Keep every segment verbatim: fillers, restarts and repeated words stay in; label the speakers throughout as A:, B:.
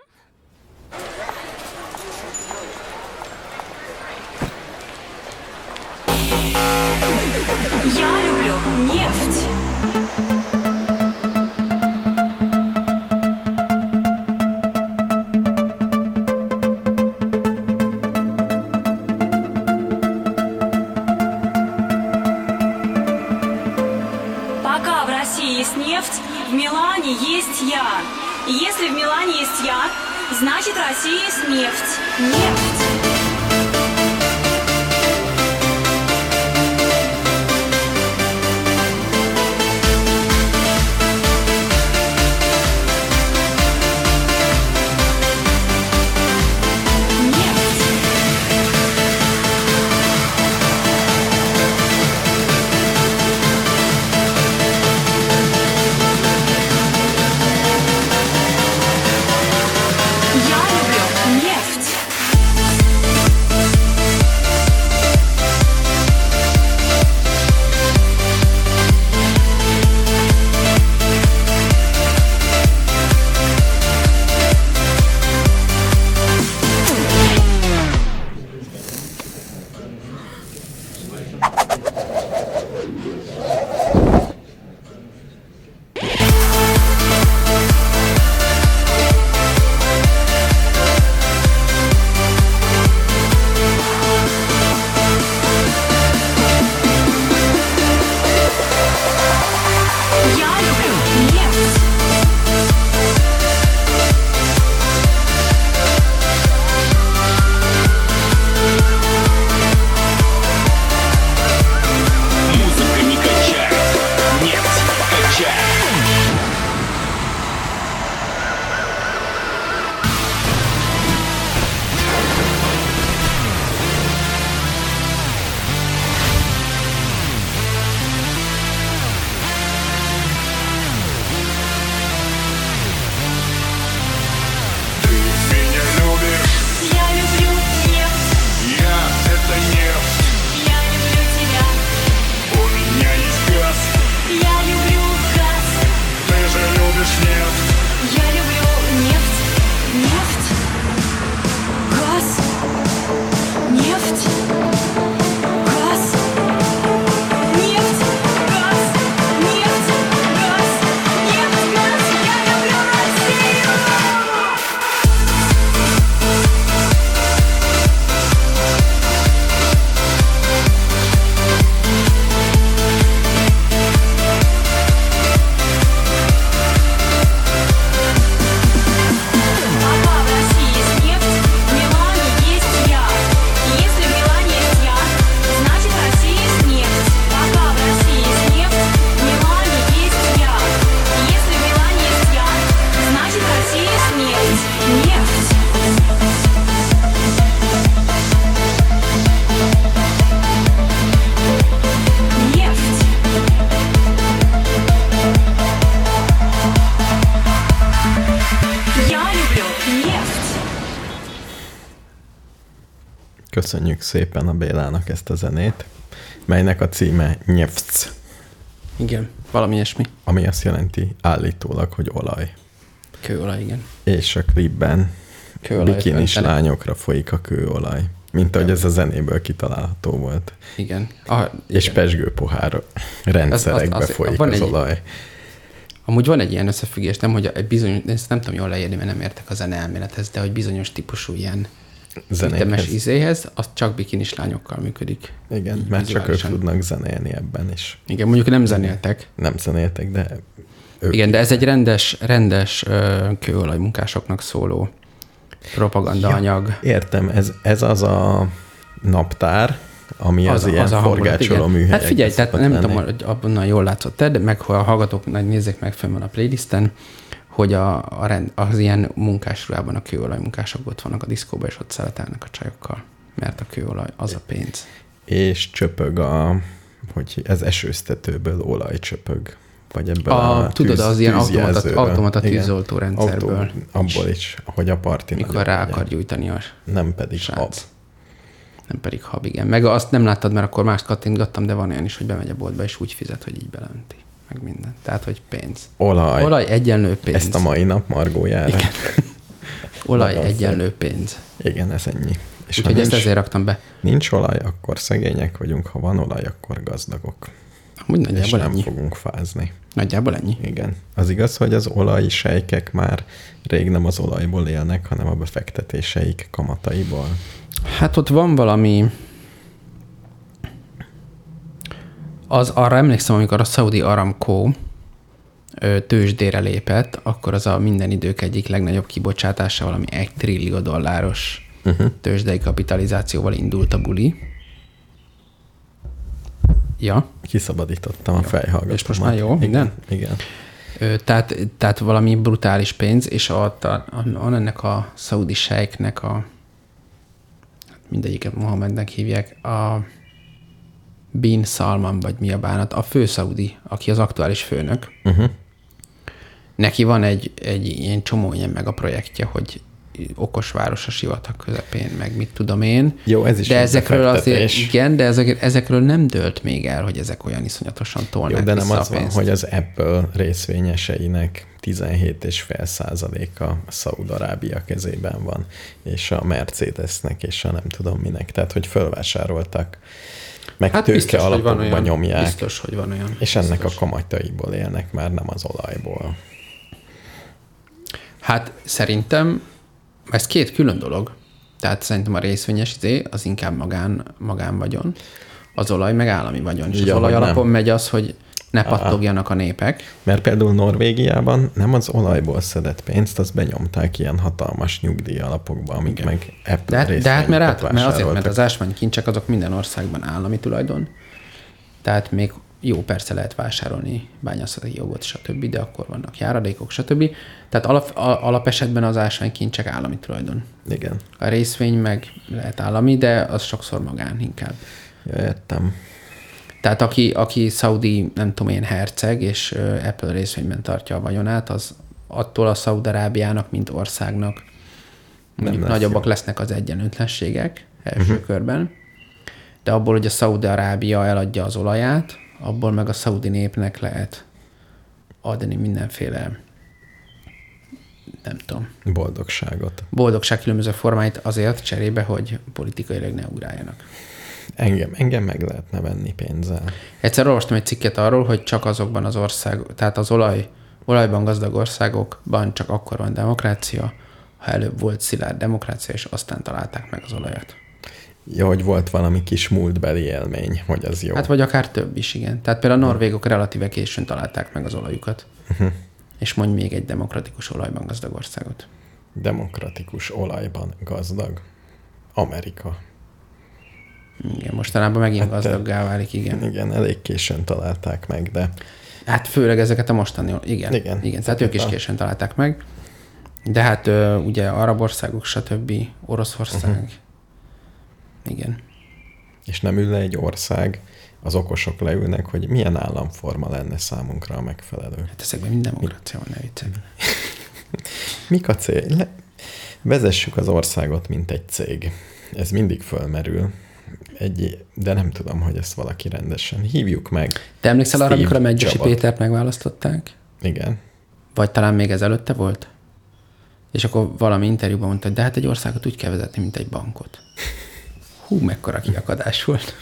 A: Я люблю нефть. Пока в России есть нефть, в Милане есть я. И если в Милане есть я, значит, в России есть нефть. Нефть.
B: Köszönjük szépen a Bélának ezt a zenét, melynek a címe Nyefc.
C: Igen, valami ilyesmi.
B: Ami azt jelenti állítólag, hogy olaj.
C: Kőolaj, igen.
B: És a klipben bikinis lányokra folyik a kőolaj. Mint ahogy ez a zenéből kitalálható volt.
C: Igen. Ah,
B: és
C: igen.
B: pezsgőpohár rendszerekbe az, az, az, folyik az
C: egy,
B: olaj.
C: Amúgy van egy ilyen összefüggés, nem, hogy egy bizonyos, ezt nem tudom jól leírni, mert nem értek a zene elmélethez, de hogy bizonyos típusú ilyen ütemes izéhez, az csak bikinis lányokkal működik.
B: Igen, mert csak ők tudnak zenélni ebben is.
C: Igen, mondjuk nem zenéltek.
B: Nem zenéltek, de ők
C: igen, de ez egy rendes, rendes kőolajmunkásoknak szóló propagandaanyag.
B: Ja, értem, ez, ez az a naptár, ami az, az ilyen az forgácsoló műhelyek.
C: Hát figyelj, tehát nem lenni. tudom, hogy abban jól látszott te, de meg ha a hallgatók nézzék meg, fönn van a playlisten, hogy a, a rend, az ilyen munkásruhában a kőolajmunkások ott vannak a diszkóban, és ott szeretelnek a csajokkal, mert a kőolaj az a pénz.
B: És csöpög a, hogy ez esőztetőből olaj csöpög. Vagy ebből
C: a,
B: a
C: tudod,
B: tűz,
C: az ilyen automata, automata tűzoltó rendszerből.
B: Autó, abból is, hogy a parti
C: mikor rá akar gyújtani a
B: nem pedig
C: srác.
B: hab.
C: Nem pedig hab, igen. Meg azt nem láttad, mert akkor mást kattintgattam, de van olyan is, hogy bemegy a boltba, és úgy fizet, hogy így belönti. Meg minden. Tehát, hogy pénz.
B: Olaj.
C: Olaj egyenlő pénz.
B: Ezt a mai nap margójára.
C: Igen. Olaj egyenlő pénz.
B: Igen, ez ennyi. És
C: úgyhogy ezt ezért raktam be.
B: Nincs olaj, akkor szegények vagyunk, ha van olaj, akkor gazdagok.
C: Amúgy nagyjából
B: és nem
C: ennyi.
B: fogunk fázni.
C: Nagyjából ennyi.
B: Igen. Az igaz, hogy az olaj sejkek már rég nem az olajból élnek, hanem a befektetéseik kamataiból.
C: Hát ott van valami... Az arra emlékszem, amikor a Saudi Aramco tőzsdére lépett, akkor az a minden idők egyik legnagyobb kibocsátása, valami egy trillió dolláros uh-huh. tőzsdei kapitalizációval indult a buli. Ja.
B: Kiszabadítottam jó. a fejhallgatómat.
C: És most már jó, minden?
B: Igen.
C: Ö, tehát, tehát valami brutális pénz, és ott a, a, ennek a szaudi sejknek a mindegyiket Mohamednek hívják, a Bin Salman, vagy mi a bánat, a fő szaudi, aki az aktuális főnök. Uh-huh. Neki van egy, egy ilyen csomó ilyen meg a projektje, hogy okos város a sivatag közepén, meg mit tudom én.
B: Jó, ez is
C: de ezekről azért, igen, de ezek, ezekről nem dőlt még el, hogy ezek olyan iszonyatosan tolnak.
B: Jó, de nem
C: vissza
B: az van, hogy az Apple részvényeseinek tizenhét egész öt százaléka a Szaúd-Arábia kezében van, és a Mercedesnek, és a nem tudom minek. Tehát, hogy fölvásároltak, meg
C: hát
B: tőke
C: biztos,
B: alapokban
C: hogy van olyan,
B: nyomják.
C: Biztos, hogy van olyan.
B: És
C: biztos.
B: ennek a kamataiból élnek már, nem az olajból.
C: Hát szerintem ez két külön dolog. Tehát szerintem a részvényes izé az inkább magán, magánvagyon, az olaj meg állami vagyon. És ja, az olaj alapon nem. megy az, hogy ne pattogjanak a népek.
B: Mert például Norvégiában nem az olajból szedett pénzt, azt benyomták ilyen hatalmas nyugdíj alapokba, amik igen. meg Apple
C: de, de hát mert, át, mert azért, mert az ásványkincsek azok minden országban állami tulajdon. Tehát még jó, persze lehet vásárolni bányászati jogot, stb., de akkor vannak járadékok, stb. Tehát alap, alapesetben az ásványkincsek állami tulajdon.
B: Igen.
C: A részvény meg lehet állami, de az sokszor magán inkább.
B: Ja, értem.
C: Tehát aki, aki szaudi, nem tudom én, herceg, és Apple részvényben tartja a vagyonát, az attól a Szaúd-Arábiának, mint országnak mondjuk lesz nagyobbak jó. lesznek az egyenlőtlenségek első uh-huh. körben, de abból, hogy a Szaúd-Arábia eladja az olaját, abból meg a szaudi népnek lehet adni mindenféle, nem tudom.
B: Boldogságot.
C: Boldogság különböző formáit azért cserébe, hogy politikailag ne ugráljanak.
B: Engem, engem meg lehetne venni pénzzel.
C: Egyszer olvastam egy cikket arról, hogy csak azokban az ország, tehát az olaj, olajban gazdag országokban csak akkor van demokrácia, ha előbb volt szilárd demokrácia, és aztán találták meg az olajat.
B: Jó, hogy volt valami kis múltbeli élmény, hogy az jó.
C: Hát vagy akár több is, igen. Tehát például a norvégok relatíve későn találták meg az olajukat. Uh-huh. És mondj még egy demokratikus olajban gazdag országot.
B: Demokratikus olajban gazdag? Amerika.
C: Igen, mostanában megint hát gazdaggá válik, igen.
B: Igen, elég későn találták meg, de...
C: Hát főleg ezeket a mostani, igen. Igen. igen tehát ők is későn találták meg. De hát ugye arab országok, stb. Oroszország. Uh-huh. Igen.
B: És nem ül le egy ország, az okosok leülnek, hogy milyen államforma lenne számunkra a megfelelő.
C: Hát ezekben minden demokrácia van, ne viccelj.
B: Mik a cél? Le... Vezessük az országot, mint egy cég. Ez mindig fölmerül. Egy, de nem tudom, hogy ezt valaki rendesen hívjuk meg.
C: Te emlékszel arra, amikor a Medgyessy Pétert megválasztották?
B: Igen.
C: Vagy talán még ez előtte volt? És akkor valami interjúban mondta, hogy de hát egy országot úgy kell vezetni, mint egy bankot. Hú, mekkora kiakadás volt.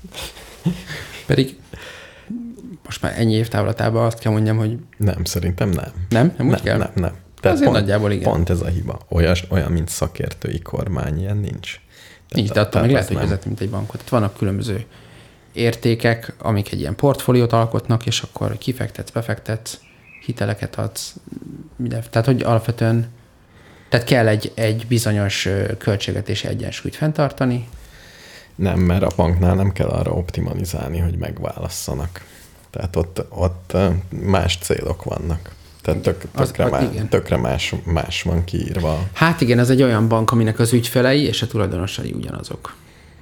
C: Pedig most már ennyi év távlatában azt kell mondjam, hogy...
B: Nem, szerintem nem.
C: Nem? Nem úgy
B: nem,
C: kell?
B: Nem, nem. Tehát
C: azért
B: pont,
C: nagyjából igen.
B: Pont ez a hiba. Olyas, olyan, mint szakértői kormány, ilyen nincs.
C: Nincs, de attól még lehet, hogy vezetni, mint egy bankot. Tehát vannak különböző értékek, amik egy ilyen portfóliót alkotnak, és akkor kifektetsz, befektetsz, hiteleket adsz, minden. Tehát, hogy alapvetően tehát kell egy, egy bizonyos költségvetési egyensúlyt fenntartani.
B: Nem, mert a banknál nem kell arra optimalizálni, hogy megválasszanak. Tehát ott, ott más célok vannak. Tehát tök, tökre, az, más, tökre más, más van kiírva.
C: Hát igen, ez egy olyan bank, aminek az ügyfelei és a tulajdonosai ugyanazok.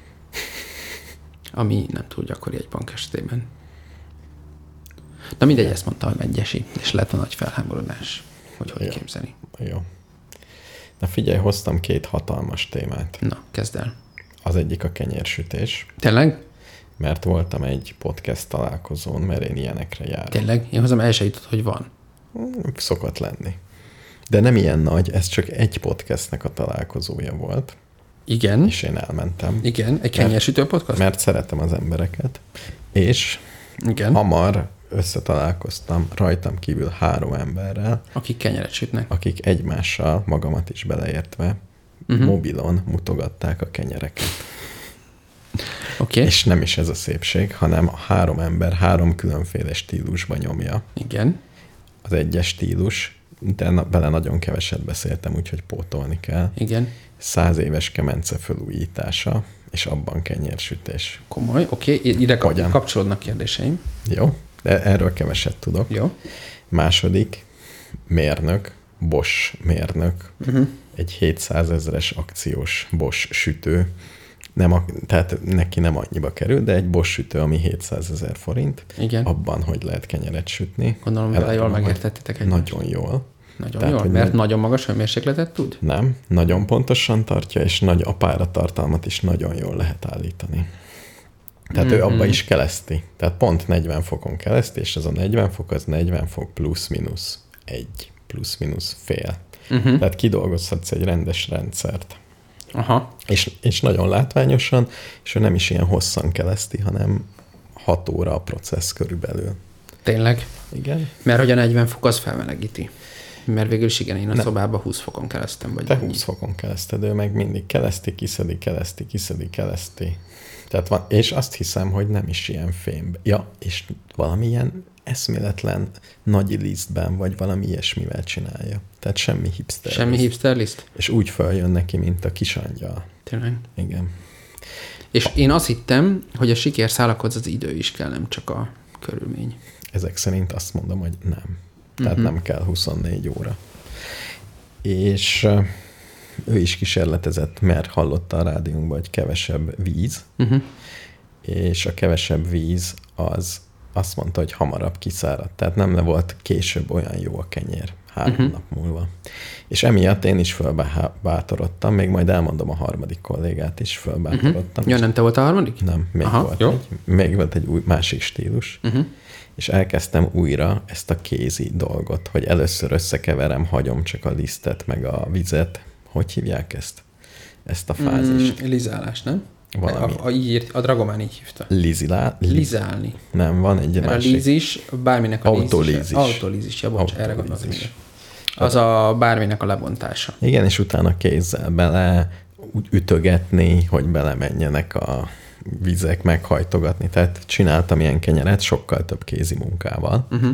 C: Ami nem túl gyakori egy bank esetében. Na mindegy, ezt mondta a Medgyessy, és lett a nagy felháborodás, hogy hogy
B: jó.
C: képzelni.
B: Jó. Na figyelj, hoztam két hatalmas témát.
C: Na, kezd el.
B: Az egyik a kenyérsütés.
C: Tényleg?
B: Mert voltam egy podcast találkozón, mert én ilyenekre járok.
C: Tényleg? Én hozom, el se jutott, hogy van.
B: Szokott lenni. De nem ilyen nagy, ez csak egy podcastnek a találkozója volt.
C: Igen.
B: És én elmentem.
C: Igen, egy kenyérsütő podcast?
B: Mert szeretem az embereket. És
C: igen.
B: hamar összetalálkoztam rajtam kívül három emberrel.
C: Akik kenyeret sütnek.
B: Akik egymással, magamat is beleértve, uh-huh. mobilon mutogatták a kenyereket.
C: Okay.
B: És nem is ez a szépség, hanem a három ember három különféle stílusban nyomja.
C: Igen.
B: Az egyes stílus, de na, bele nagyon keveset beszéltem, úgyhogy pótolni kell.
C: Igen. Száz
B: éves kemence felújítása, és abban kenyérsütés.
C: Komoly, oké, okay. Ide Hogyan? kapcsolódnak kérdéseim.
B: Jó, de erről keveset tudok.
C: Jó.
B: Második, mérnök, Bosch mérnök, uh-huh. egy hétszázezres akciós Bosch sütő. Nem a, tehát neki nem annyiba kerül, de egy Bosch sütő, ami hétszázezer forint.
C: Igen.
B: Abban, hogy lehet kenyeret sütni.
C: Gondolom, vele jól megértettétek egymást.
B: Nagyon jól.
C: Nagyon tehát, jól, mert nagyon magas hőmérsékletet tud?
B: Nem, nagyon pontosan tartja, és nagy a páratartalmat is nagyon jól lehet állítani. Tehát mm-hmm. ő abba is keleszti. Tehát pont negyven fokon keleszti, és az a negyven fok, az negyven fok plusz-minusz egy, plusz-minusz fél. Mm-hmm. Tehát kidolgozhatsz egy rendes rendszert.
C: Aha.
B: És, és nagyon látványosan, és ő nem is ilyen hosszan keleszti, hanem hat óra a processz körülbelül.
C: Tényleg?
B: Igen.
C: Mert hogy a negyven fok az felmelegíti. Mert végül is igen, én a nem. szobában húsz fokon kelesztem. Vagy
B: Te húsz fokon keleszted, ő meg mindig keleszti, kiszedi, keleszti, kiszedi, keleszti. Tehát van, és azt hiszem, hogy nem is ilyen fémben. Ja, és valamilyen eszméletlen nagy lisztben, vagy valami ilyesmivel csinálja. Tehát semmi hipster.
C: Semmi liszt. hipster liszt?
B: És úgy följön neki, mint a kisangyal.
C: Tényleg?
B: Igen.
C: És én azt hittem, hogy a sikerszálakhoz az idő is kell, nem csak a körülmény.
B: Ezek szerint azt mondom, hogy nem. Tehát uh-huh. nem kell huszonnégy óra. És ő is kísérletezett, mert hallotta a rádiónkban, hogy kevesebb víz, uh-huh. és a kevesebb víz az azt mondta, hogy hamarabb kiszáradt. Tehát nem le volt később olyan jó a kenyér, három uh-huh. nap múlva. És emiatt én is fölbátorodtam, még majd elmondom a harmadik kollégát is, fölbátorodtam.
C: Uh-huh. Ja, nem te volt a harmadik?
B: Nem, még Aha, volt, egy, még volt egy új, másik stílus. Uh-huh. És elkezdtem újra ezt a kézi dolgot, hogy először összekeverem, hagyom csak a lisztet, meg a vizet. Hogy hívják ezt? Ezt a fázist?
C: Mm, lizálás, nem?
B: Valami.
C: A, a, így, a Dragomán így hívta.
B: Lizilá? Liz...
C: Lizálni.
B: Nem, van egy
C: Mert másik. A lízis, bárminek a
B: Autolízis.
C: Autolízis, ja, bocs, erre gondoltam. Az a bárminek a lebontása.
B: Igen, és utána kézzel bele úgy ütögetni, hogy belemenjenek a vizek, meghajtogatni. Tehát csináltam ilyen kenyeret sokkal több kézi munkával, uh-huh.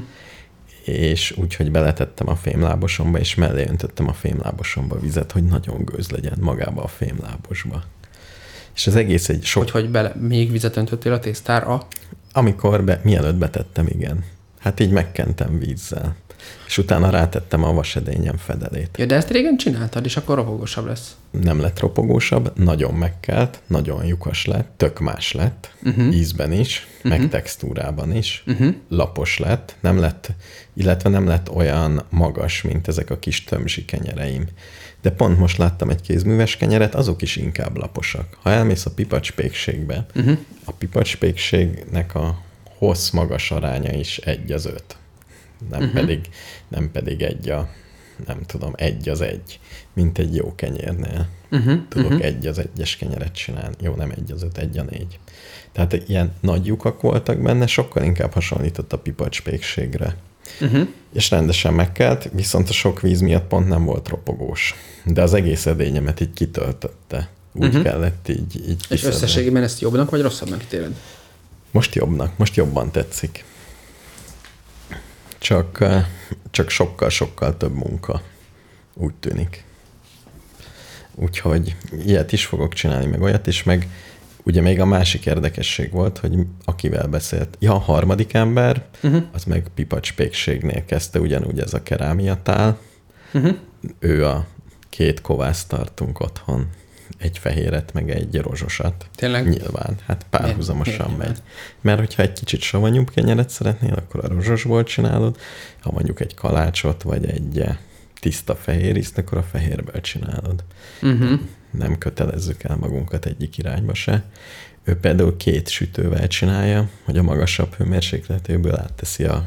B: és úgy, hogy beletettem a fémlábosomba, és mellé öntöttem a fémlábosomba vizet, hogy nagyon gőz legyen magába a fémlábosba. És az egész egy sok...
C: Hogy, hogy bele, még vizet öntöttél a tésztára?
B: Amikor, be, mielőtt betettem, igen. Hát így megkentem vízzel. És utána rátettem a vasedényem fedelét.
C: Ja, de ezt régen csináltad, és akkor ropogósabb lesz.
B: Nem lett ropogósabb, nagyon megkelt, nagyon lyukas lett, tök más lett, uh-huh. ízben is, uh-huh. meg textúrában is, uh-huh. lapos lett, nem lett, illetve nem lett olyan magas, mint ezek a kis tömzsi kenyereim. De pont most láttam egy kézműves kenyeret, azok is inkább laposak. Ha elmész a pipacspékségbe, uh-huh. a pipacspékségnek a hossz-magas aránya is egy az öt. Nem, uh-huh. pedig, nem pedig egy a, nem tudom, egy az egy, mint egy jó kenyérnél. Uh-huh. Tudok uh-huh. egy az egyes kenyeret csinálni. Jó, nem egy az öt, egy a négy. Tehát ilyen nagy lyukak voltak benne, sokkal inkább hasonlított a pipacspékségre. Uh-huh. És rendesen megkelt, viszont a sok víz miatt pont nem volt ropogós. De az egész edényemet így kitöltötte. Úgy uh-huh. kellett így, így
C: És kiszedni. Összességében ezt jobbnak vagy rosszabbnak ítéled?
B: Most jobbnak, most jobban tetszik. Csak, csak sokkal-sokkal több munka, úgy tűnik. Úgyhogy ilyet is fogok csinálni, meg olyat is, meg ugye még a másik érdekesség volt, hogy akivel beszélt, ja, a harmadik ember, uh-huh. az meg pipacspékségnél kezdte ugyanúgy ez a kerámiatál. Uh-huh. Ő a két kovászt tartunk otthon, egy fehéret, meg egy rozsosat.
C: Tényleg?
B: Nyilván, hát párhuzamosan megy. megy. Mert hogyha egy kicsit savanyúbb kenyeret szeretnél, akkor a rozsosból csinálod, ha mondjuk egy kalácsot, vagy egy tiszta fehér ízt, akkor a fehérből csinálod. Uh-huh. Nem kötelezzük el magunkat egyik irányba se. Ő például két sütővel csinálja, hogy a magasabb hőmérsékletéből átteszi a,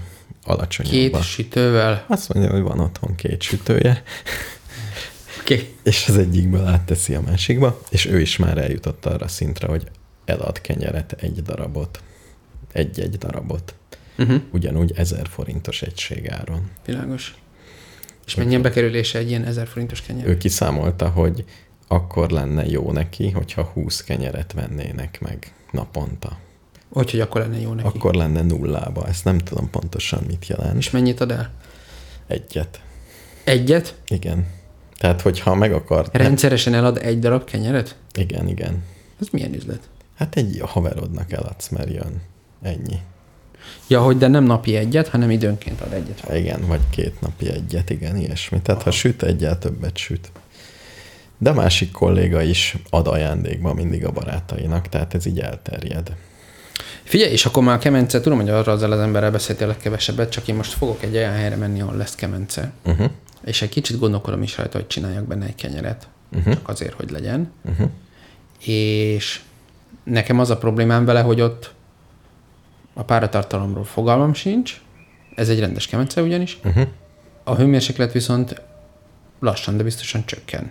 B: alacsonyabban.
C: Két sütővel?
B: Azt mondja, hogy van otthon két sütője.
C: Okay.
B: És az egyikből átteszi a másikba, és ő is már eljutott arra szintre, hogy elad kenyeret egy darabot. Egy-egy darabot. Uh-huh. Ugyanúgy ezer forintos egységáron.
C: Világos. És mennyi bekerülése egy ilyen ezer forintos kenyér?
B: Ő kiszámolta, hogy akkor lenne jó neki, hogyha húsz kenyeret vennének meg naponta.
C: Úgyhogy akkor lenne jó neki.
B: Akkor lenne nullába. Ezt nem tudom pontosan mit jelent.
C: És mennyit ad el?
B: Egyet.
C: Egyet?
B: Igen. Tehát, hogyha meg akart...
C: Rendszeresen elad egy darab kenyeret?
B: Igen, igen.
C: Ez milyen üzlet?
B: Hát egy haverodnak eladsz, mert jön. Ennyi.
C: Ja, hogy de nem napi egyet, hanem időnként ad egyet.
B: Igen, vagy két napi egyet, igen, ilyesmi. Tehát, aha, ha süt egyel, többet süt. De a másik kolléga is ad ajándékba mindig a barátainak, tehát ez így elterjed.
C: Figyelj, és akkor már a kemence, tudom, hogy arra azzal az emberrel beszéltél legkevesebbet, csak én most fogok egy olyan helyre menni, ahol lesz kemence. Uh-huh. És egy kicsit gondolkodom is rajta, hogy csináljak benne egy kenyeret. Uh-huh. Csak azért, hogy legyen. Uh-huh. És nekem az a problémám vele, hogy ott a páratartalomról fogalmam sincs. Ez egy rendes kemence ugyanis. Uh-huh. A hőmérséklet viszont lassan, de biztosan csökken.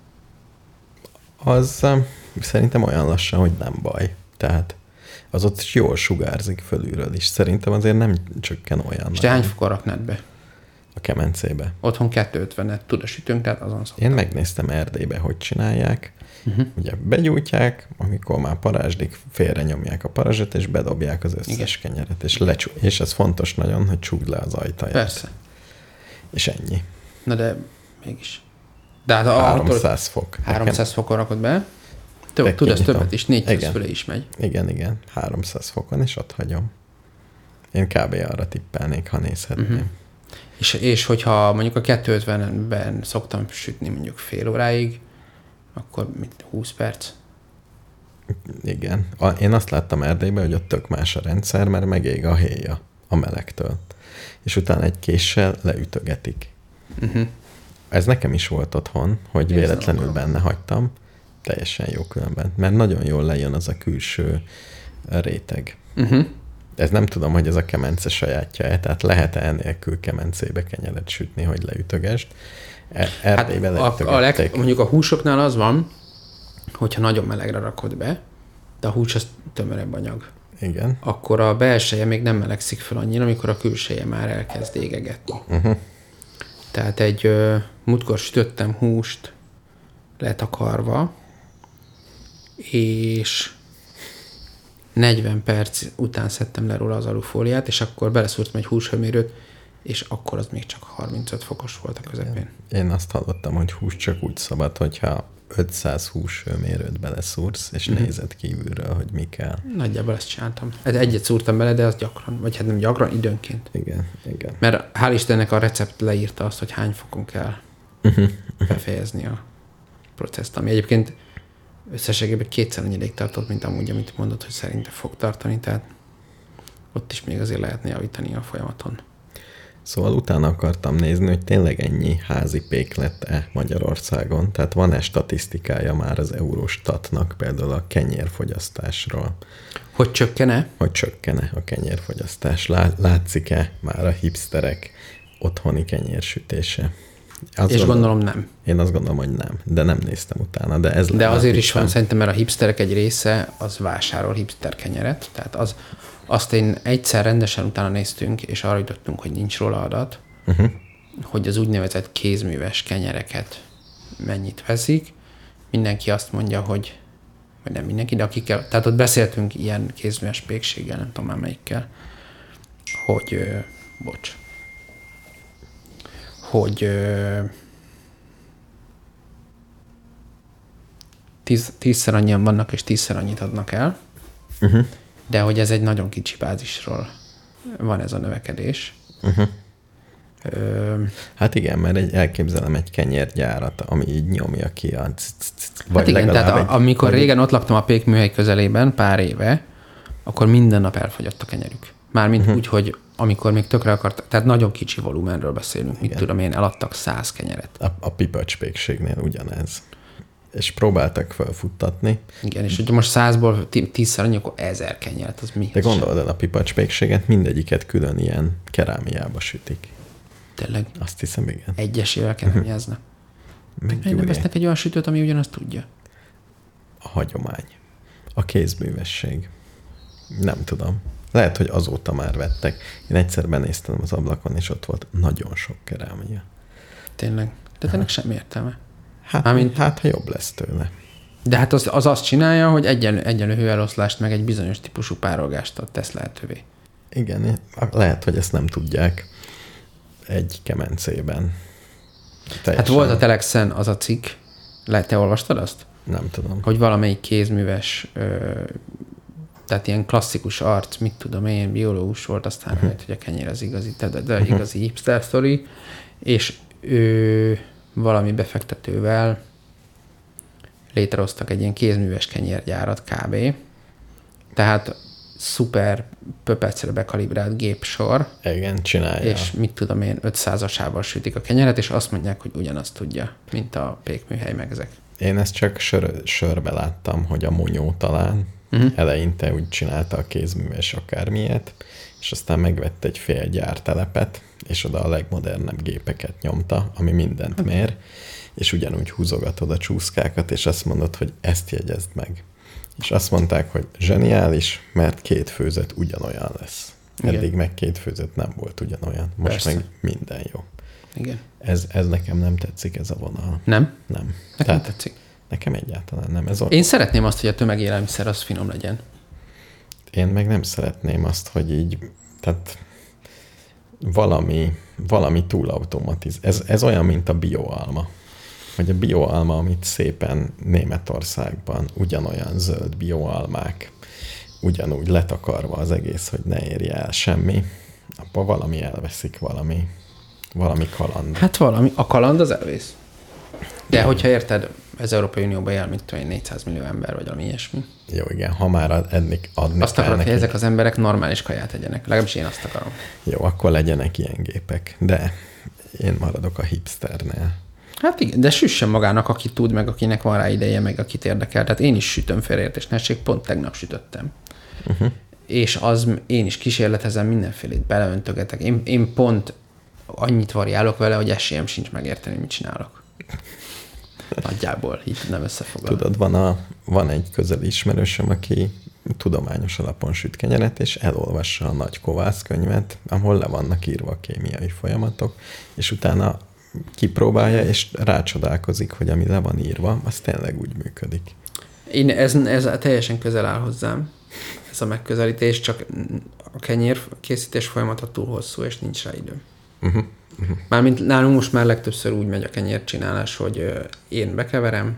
B: Az um, szerintem olyan lassan, hogy nem baj. Tehát az ott jól sugárzik fölülről is. Szerintem azért nem csökken olyan.
C: És te hány fokon raknád be?
B: A kemencébe.
C: Otthon kétszázötvenet tud a sütőnk, tehát azon szoktam.
B: Én megnéztem Erdélybe, hogy csinálják. Uh-huh. Ugye begyújtják, amikor már parázsdik, félre nyomják a parazsot, és bedobják az összes igen. kenyeret. És, lecsú- és ez fontos nagyon, hogy csukd le az ajtaját.
C: Persze.
B: És ennyi.
C: Na de mégis. De hát
B: háromszáz fok.
C: háromszáz fokon rakod be. Te tud ezt többet is, négyszáz fölé is megy.
B: Igen, igen. háromszáz fokon, és ott hagyom. Én kb. Arra tippelnék, ha nézhetném. Uh-huh.
C: És, és hogyha mondjuk a kétszázötvenben szoktam sütni mondjuk fél óráig, akkor mit, húsz perc?
B: Igen. A, én azt láttam Erdélyben, hogy ott tök más a rendszer, mert megég a héja a melegtől. És utána egy késsel leütögetik. Uh-huh. Ez nekem is volt otthon, hogy Nézd véletlenül akarom. benne hagytam. Teljesen jó különben. Mert nagyon jól lejön az a külső réteg. Uh-huh. Ez nem tudom, hogy ez a kemence sajátja-e, tehát lehet-e enélkül kemencébe kenyeret sütni, hogy leütögesd. Erdélyben hát
C: a, a leg, mondjuk a húsoknál az van, hogyha nagyon melegre rakod be, de a hús az tömörebb anyag.
B: Igen.
C: Akkor a belseje még nem melegszik fel annyira, amikor a külseje már elkezd égegetni. Uh-huh. Tehát egy ö, múltkor sütöttem húst letakarva, és negyven perc után szedtem le róla az alufóliát, és akkor beleszúrtam egy húshőmérőt, és akkor az még csak harmincöt fokos volt a közepén.
B: Én azt hallottam, hogy hús csak úgy szabad, hogyha ötszáz húshőmérőt beleszúrsz, és mm-hmm. nézed kívülről, hogy mi kell. Nagyjából
C: ezt csináltam. Egyet szúrtam bele, de az gyakran, vagy hát nem gyakran, időnként.
B: Igen, igen.
C: Mert hál' Istennek a recept leírta azt, hogy hány fokon kell uh-huh. befejezni a processzt, ami egyébként összességében kétszer annyi ideig tartott, mint amúgy, amit mondod, hogy szerintem fog tartani, tehát ott is még azért lehetne javítani a folyamaton.
B: Szóval utána akartam nézni, hogy tényleg ennyi házi pék lett-e Magyarországon, tehát van-e statisztikája már az Eurostatnak például a kenyérfogyasztásról.
C: Hogy csökkene?
B: Hogy csökkene a kenyérfogyasztás. Látszik-e már a hipsterek otthoni kenyérsütése? Azt
C: és gondolom, gondolom nem.
B: Én azt gondolom, hogy nem, de nem néztem utána. De, ez
C: de azért is van szerintem, mert a hipsterek egy része az vásárol hipster kenyeret, tehát az, azt én egyszer rendesen utána néztünk, és arra jutottunk, hogy nincs róla adat, uh-huh. hogy az úgynevezett kézműves kenyereket mennyit veszik. Mindenki azt mondja, hogy vagy nem mindenki, de akikkel, tehát ott beszéltünk ilyen kézműves pékséggel, nem tudom már melyikkel, hogy, ö, bocs, hogy ö, tíz, tízszer annyian vannak, és tízszer annyit adnak el, uh-huh. de hogy ez egy nagyon kicsi bázisról van ez a növekedés. Uh-huh.
B: Ö, hát igen, mert egy, elképzelem egy kenyérgyárat, ami így nyomja ki a...
C: Hát igen, tehát egy, amikor vagy... régen ott laktam a pékműhely közelében, pár éve, akkor minden nap elfogyott a kenyerük. Mármint uh-huh. úgy, hogy amikor még tökre akartak, tehát nagyon kicsi volumenről beszélünk, igen. mit tudom én, eladtak száz kenyeret.
B: A, a pipacspékségnél ugyanez. és próbáltak felfuttatni.
C: Igen, és hogyha most százból tízszer annyi, akkor ezer kenyeret, az mi?
B: De gondold el a pipacspékséget, mindegyiket külön ilyen kerámiába sütik.
C: Tényleg?
B: Azt hiszem, igen.
C: Egyesével kerámiáznak. Meg nem vesznek egy olyan sütőt, ami ugyanazt tudja?
B: A hagyomány. A kézművesség. Nem tudom. Lehet, hogy azóta már vettek. Én egyszer benéztem az ablakon, és ott volt nagyon sok kerámia.
C: Tényleg? De ennek semmi értelme.
B: Hát,
C: Mármint...
B: hát, ha jobb lesz tőle.
C: De hát az, az azt csinálja, hogy egyenlő, egyenlő hőeloszlást, meg egy bizonyos típusú párolgást tesz lehetővé.
B: Igen, lehet, hogy ezt nem tudják egy kemencében. Teljesen.
C: Hát volt a Telexen az a cikk, lehet, te olvastad azt?
B: Nem tudom.
C: Hogy valamelyik kézműves, ö, tehát ilyen klasszikus arc, mit tudom én, biológus volt, aztán uh-huh. lehet, hogy a kenyér az igazi, de, de uh-huh. igazi hipster sztori, és ő valami befektetővel létrehoztak egy ilyen kézműves kenyérgyárat kb. Tehát szuper pöpecre bekalibrált gépsor.
B: Igen, csinálja.
C: És mit tudom én, ötszázasával sütik a kenyeret, és azt mondják, hogy ugyanazt tudja, mint a pékműhely meg ezek.
B: Én ezt csak sör, sörbe láttam, hogy a Monyó talán uh-huh. eleinte úgy csinálta a kézműves akármilyet, és aztán megvett egy fél gyártelepet, és oda a legmodernebb gépeket nyomta, ami mindent mér, és ugyanúgy húzogatod a csúszkákat, és azt mondod, hogy ezt jegyezd meg. És azt mondták, hogy zseniális, mert két főzet ugyanolyan lesz.
C: Igen.
B: Eddig meg két főzet nem volt ugyanolyan. Most
C: Persze.
B: meg minden jó.
C: Igen.
B: Ez, ez nekem nem tetszik, ez a vonal.
C: Nem?
B: Nem.
C: Nekem
B: Tehát
C: tetszik.
B: Nekem egyáltalán nem. Ez
C: Én szeretném azt, hogy a tömegélelmiszer az finom legyen.
B: Én meg nem szeretném azt, hogy így, tehát valami, valami túlautomatiz. Ez, ez olyan, mint a bioalma. Hogy a bioalma, amit szépen Németországban ugyanolyan zöld bioalmák, ugyanúgy letakarva az egész, hogy ne érje el semmi, abban valami elveszik, valami, valami kaland.
C: Hát valami, a kaland az elvész. De igen. Hogyha érted, az Európai Unióban él, mint olyan négyszáz millió ember, vagy valami ilyesmi.
B: Jó, igen, ha már adni, adni
C: azt akarod, hogy ezek az emberek normális kaját egyenek. Legalábbis én azt akarom.
B: Jó, akkor legyenek ilyen gépek. De én maradok a hipsternél.
C: Hát igen, de süssen magának, aki tud, meg akinek van rá ideje, meg akit érdekel. Tehát én is sütöm félreértés nehézség, pont tegnap sütöttem. Uh-huh. És az, én is kísérletezem, mindenfélét beleöntögetek. Én, én pont annyit variálok vele, hogy esélyem sincs megérteni, mit csinálok. Nagyjából, így nem összefoglalom.
B: Tudod, van, a, van egy közeli ismerősöm, aki tudományos alapon süt kenyeret, és elolvassa a nagy kovász könyvet, ahol le vannak írva a kémiai folyamatok, és utána kipróbálja, és rácsodálkozik, hogy ami le van írva, az tényleg úgy működik.
C: Én ez, ez teljesen közel áll hozzám, ez a megközelítés, csak a kenyér készítés folyamata túl hosszú, és nincs rá időm. Uh-huh. Uh-huh. Mármint nálunk most már legtöbbször úgy megy a kenyércsinálás, hogy én bekeverem,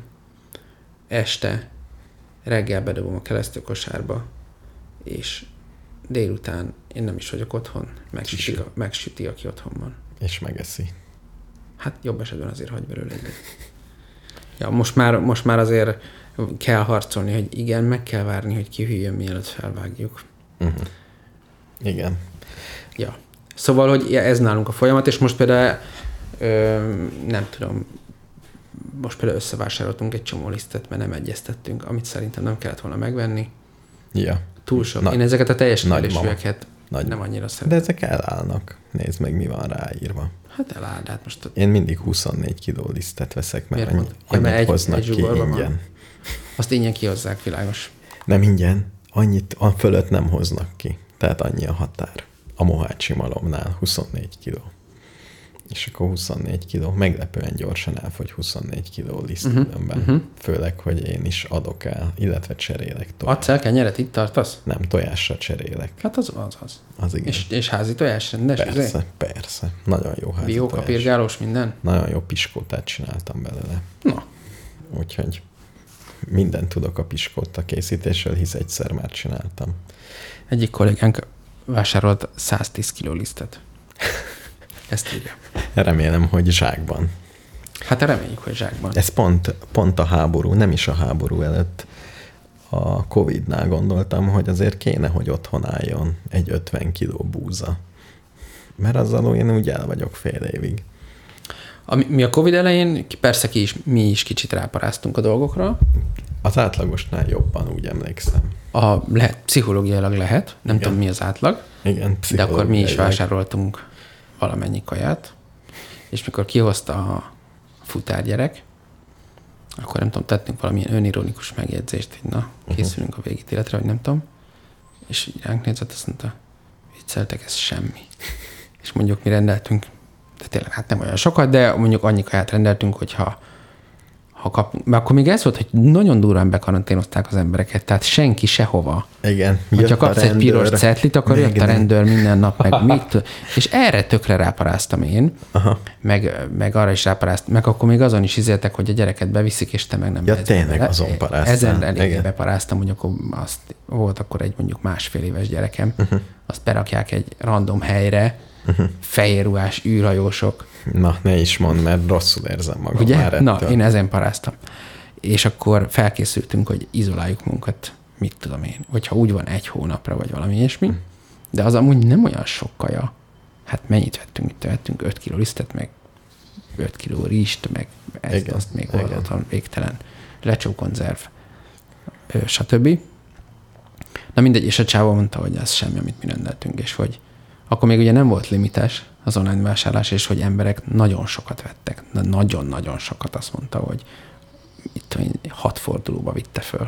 C: este, reggel bedobom a kelesztőkosárba, és délután én nem is vagyok otthon, megsüti, megsüti aki otthon van.
B: És megeszi.
C: Hát jobb esetben azért hagy belőle egyet. Ja, most már, most már azért kell harcolni, hogy igen, meg kell várni, hogy kihűljön, mielőtt felvágjuk. Uh-huh.
B: Igen.
C: Ja. Szóval, hogy ez nálunk a folyamat, és most például ö, nem tudom, most például összevásároltunk egy csomó lisztet, mert nem egyeztettünk, amit szerintem nem kellett volna megvenni.
B: Ja.
C: Túl sok. Na, én ezeket a teljes terésűeket nem
B: mama.
C: annyira szeretem.
B: De ezek elállnak. Nézd meg, mi van ráírva.
C: Hát eláll, hát most...
B: Én mindig huszonnégy kiló lisztet veszek, mert annyi,
C: ja,
B: annyit
C: egy,
B: hoznak
C: egy
B: ki ingyen. Van.
C: Azt ingyen kihozzák, világos.
B: Nem ingyen, annyit a fölött nem hoznak ki. Tehát annyi a határ. A mohácsi malomnál huszonnégy kiló. És akkor huszonnégy kiló. Meglepően gyorsan elfogy huszonnégy kiló liszt uh-huh, különben. Uh-huh. Főleg, hogy én is adok el, illetve cserélek tojást.
C: Adsz el kenyeret, itt tartasz?
B: Nem, tojásra cserélek.
C: Hát az az. Az,
B: az igen.
C: És, és házi tojás rendes?
B: Persze,
C: azért?
B: persze. Nagyon jó házi
C: Bióka,
B: tojás.
C: pirgálós, minden?
B: Nagyon jó piskótát csináltam belőle.
C: Na.
B: Úgyhogy mindent tudok a piskóta készítésről, hisz egyszer már csináltam.
C: Egyik kollégánk vásárolt száztíz kiló lisztet. Ezt írja.
B: Remélem, hogy zsákban.
C: Hát reméljük, hogy zsákban.
B: Ez pont, pont a háború, nem is a háború előtt. A Covidnál gondoltam, hogy azért kéne, hogy otthon álljon egy ötven kiló búza. Mert azzal én úgy el vagyok fél évig.
C: A, mi a Covid elején persze ki is, mi is kicsit ráparáztunk a dolgokra.
B: Az átlagosnál jobban, úgy emlékszem.
C: A, lehet, pszichológiailag lehet, nem
B: Igen.
C: tudom mi az átlag,
B: Igen,
C: de akkor mi is
B: pszichológiailag.
C: vásároltunk valamennyi kaját, és mikor kihozta a futárgyerek, akkor nem tudom, tettünk valamilyen önironikus megjegyzést, hogy na, készülünk a végítéletre, vagy nem tudom, és ránk nézett, azt mondta, vicceltek, ez semmi. És mondjuk mi rendeltünk, de tényleg hát nem olyan sokat, de mondjuk annyi kaját rendeltünk, hogyha ha kapunk, mert akkor még ez volt, hogy nagyon durván bekaranténozták az embereket, tehát senki sehova.
B: Igen.
C: Hogyha kapsz egy piros
B: rendőr.
C: cetlit, akkor
B: Még
C: jött a
B: nem.
C: rendőr minden nap, meg mit tud- és erre tökre ráparáztam én,
B: Aha.
C: meg, meg arra is ráparáztam, meg akkor még azon is izéltek, hogy a gyereket beviszik, és te meg nem
B: Ja,
C: mehetsz
B: tényleg,
C: bele.
B: azon paráztál.
C: Ezen eléggé
B: Igen.
C: beparáztam, hogy akkor azt, volt akkor egy mondjuk másfél éves gyerekem, uh-huh. azt berakják egy random helyre, uh-huh. fehérruhás űrhajósok.
B: Na, ne is mondd, mert rosszul érzem magam
C: Ugye?
B: már
C: Na,
B: ettől.
C: én ezen paráztam. És akkor felkészültünk, hogy izoláljuk munkat, mit tudom én, hogyha úgy van egy hónapra, vagy valami ilyesmi, hm. de az amúgy nem olyan sok kaja. Hát mennyit vettünk? Itt vettünk öt kiló lisztet, meg öt kiló rizst, meg ezt,
B: Igen,
C: azt még
B: igen.
C: oldottan végtelen lecsókonzerv, ö, stb. Na mindegy, és a csávó mondta, hogy ez semmi, amit mi rendeltünk, és hogy akkor még ugye nem volt limites az online vásárlás, és hogy emberek nagyon sokat vettek. Na, nagyon-nagyon sokat, azt mondta, hogy itt hat fordulóba vitte föl.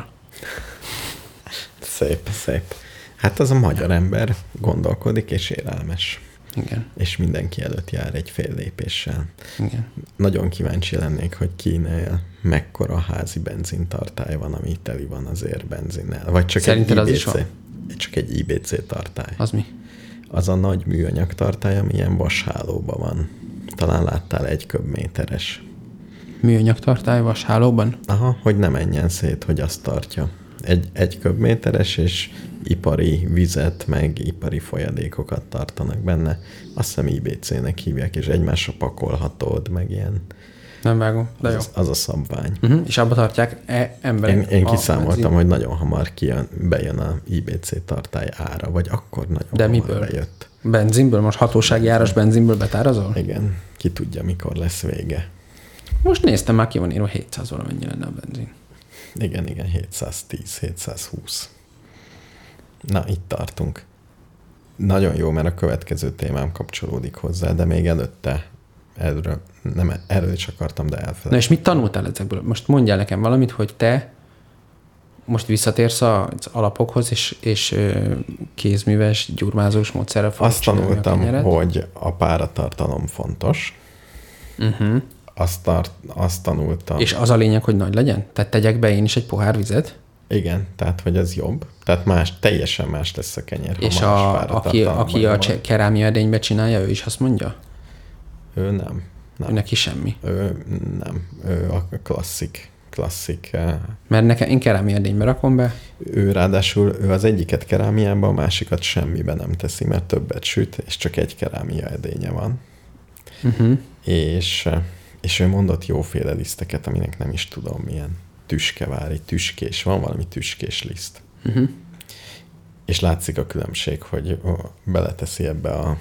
B: Szép, szép. Hát az a magyar ember gondolkodik és érelmes.
C: Igen.
B: És mindenki előtt jár egy fél lépéssel.
C: Igen.
B: Nagyon kíváncsi lennék, hogy kinél mekkora házi benzintartály van, ami teli van azért benzinnel. Vagy csak
C: Szerinted
B: egy
C: az
B: I B C.
C: is van?
B: Csak egy I B C tartály.
C: Az mi?
B: Az a nagy műanyag tartály, ami ilyen vashálóban van. Talán láttál egy köbméteres.
C: Műanyag tartály vashálóban?
B: Aha, hogy ne menjen szét, hogy azt tartja. Egy, egy köbméteres, és ipari vizet, meg ipari folyadékokat tartanak benne. Azt hiszem I B C-nek hívják, és egymásra pakolhatod, meg ilyen.
C: Nem vágom, de jó.
B: Az, az a szabvány.
C: Uh-huh. És abba tartják e emberek?
B: Én, én
C: a
B: kiszámoltam,
C: benzin?
B: hogy nagyon hamar kijön, bejön a I B C tartály ára, vagy akkor nagyon
C: De
B: hamar
C: miből?
B: bejött.
C: Benzinből? Most hatósági áras benzinből betárazol?
B: Igen, ki tudja, mikor lesz vége.
C: Most néztem, már ki van írva hétszáz valamennyi lenne a benzin.
B: Igen, igen, hétszáztíz, hétszázhúsz. Na, itt tartunk. Nagyon jó, mert a következő témám kapcsolódik hozzá, de még előtte erről, nem, erről is akartam, de elfelejtettem.
C: Na és mit tanultál ezekből? Most mondjál nekem valamit, hogy te most visszatérsz az alapokhoz, és, és ö, kézműves, gyurmázós módszerrel fogod
B: Azt
C: csinálni a
B: tanultam,
C: kenyeret?
B: hogy a páratartalom fontos.
C: Uh-huh.
B: Azt, tart, azt tanultam.
C: És az a lényeg, hogy nagy legyen? Tehát tegyek be én is egy pohár vizet?
B: Igen, tehát, hogy ez jobb. Tehát más, teljesen más lesz a kenyér,
C: És
B: ha más
C: a, aki,
B: páratartalomban
C: aki a
B: van.
C: cse- kerámia edénybe csinálja, ő is azt mondja?
B: Ő nem. nem.
C: Ő neki semmi.
B: Ő nem. Ő a klasszik. klasszik. eh,
C: Mert nekem, én kerámia edénybe rakom be.
B: Ő ráadásul ő az egyiket kerámiában, a másikat semmiben nem teszi, mert többet süt, és csak egy kerámia edénye van.
C: Uh-huh.
B: És, és ő mondott jóféle liszteket, aminek nem is tudom milyen. Tüskevári, tüskés, van valami tüskés liszt.
C: Uh-huh.
B: És látszik a különbség, hogy beleteszi ebbe a,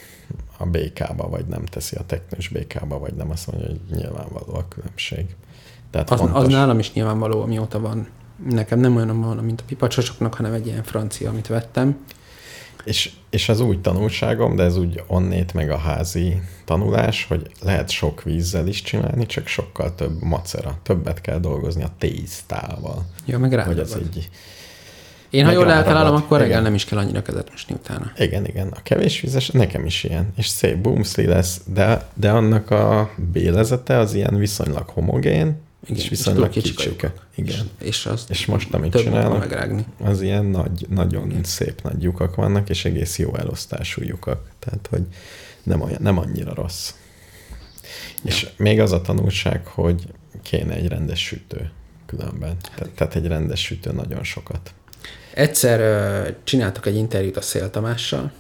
B: a békába, vagy nem teszi a teknős békába, vagy nem, azt mondja, hogy nyilvánvaló a különbség. Tehát
C: Az,
B: fontos.
C: az nálam is nyilvánvaló, amióta van. Nekem nem olyan van, mint a pipacsosoknak, hanem egy ilyen francia, amit vettem.
B: És, és az úgy tanulságom, de ez úgy onnét meg a házi tanulás, hogy lehet sok vízzel is csinálni, csak sokkal több macera. Többet kell dolgozni a tésztával.
C: Ja, meg rá.
B: Hogy az egy...
C: Én, ha
B: meg
C: jól
B: ráragad.
C: eltalálom, akkor reggel
B: Igen.
C: nem is kell annyira kezet mosni utána.
B: Igen, igen. A kevés vízes, nekem is ilyen. És szép bumszli lesz, de, de annak a bélezete az ilyen viszonylag homogén,
C: Igen,
B: és viszonylag
C: túl kicsik a
B: kicsike.
C: lyukak.
B: Igen.
C: És, az
B: És most, amit
C: több módon
B: csinálok,
C: megrágni.
B: az ilyen nagy, nagyon szép nagy lyukak vannak, és egész jó elosztású lyukak. Tehát, hogy nem, olyan, nem annyira rossz.
C: Ja.
B: És még az a tanulság, hogy kéne egy rendes sütő különben. Te- tehát egy rendes sütő nagyon sokat.
C: Egyszer uh, csináltak egy interjút a Szél Tamással,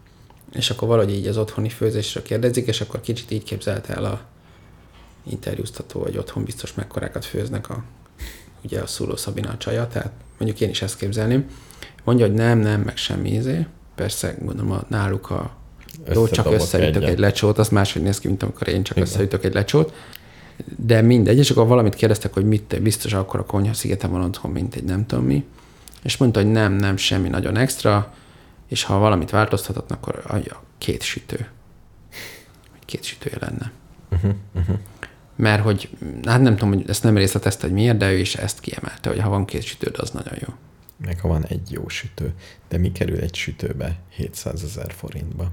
C: és akkor valahogy így az otthoni főzésről kérdezik, és akkor kicsit így képzelte el a interjúztató, hogy otthon biztos mekkorákat főznek a, ugye a Szúló Szabina a csaja, tehát mondjuk én is ezt képzelném. Mondja, hogy nem, nem, meg semmi ízé. Persze, gondolom, a, náluk a Jó, csak összeütök egy lecsót, az máshogy néz ki, mint amikor én csak Igen. összeütök egy lecsót. De mindegy, és akkor valamit kérdeztek, hogy mit biztos akkor a konyha szigeten van otthon, mint egy nem tudom mi. És mondta, hogy nem, nem, semmi nagyon extra, és ha valamit változtathatnak, akkor a két sütő. Két sütője lenne. Uh-huh, uh-huh. Mert hogy, hát nem tudom, hogy ezt nem részletezte, hogy miért, de ő is ezt kiemelte, hogy ha van két sütőd, az nagyon jó.
B: Meg ha van egy jó sütő. De mi kerül egy sütőbe hétszázezer forintba?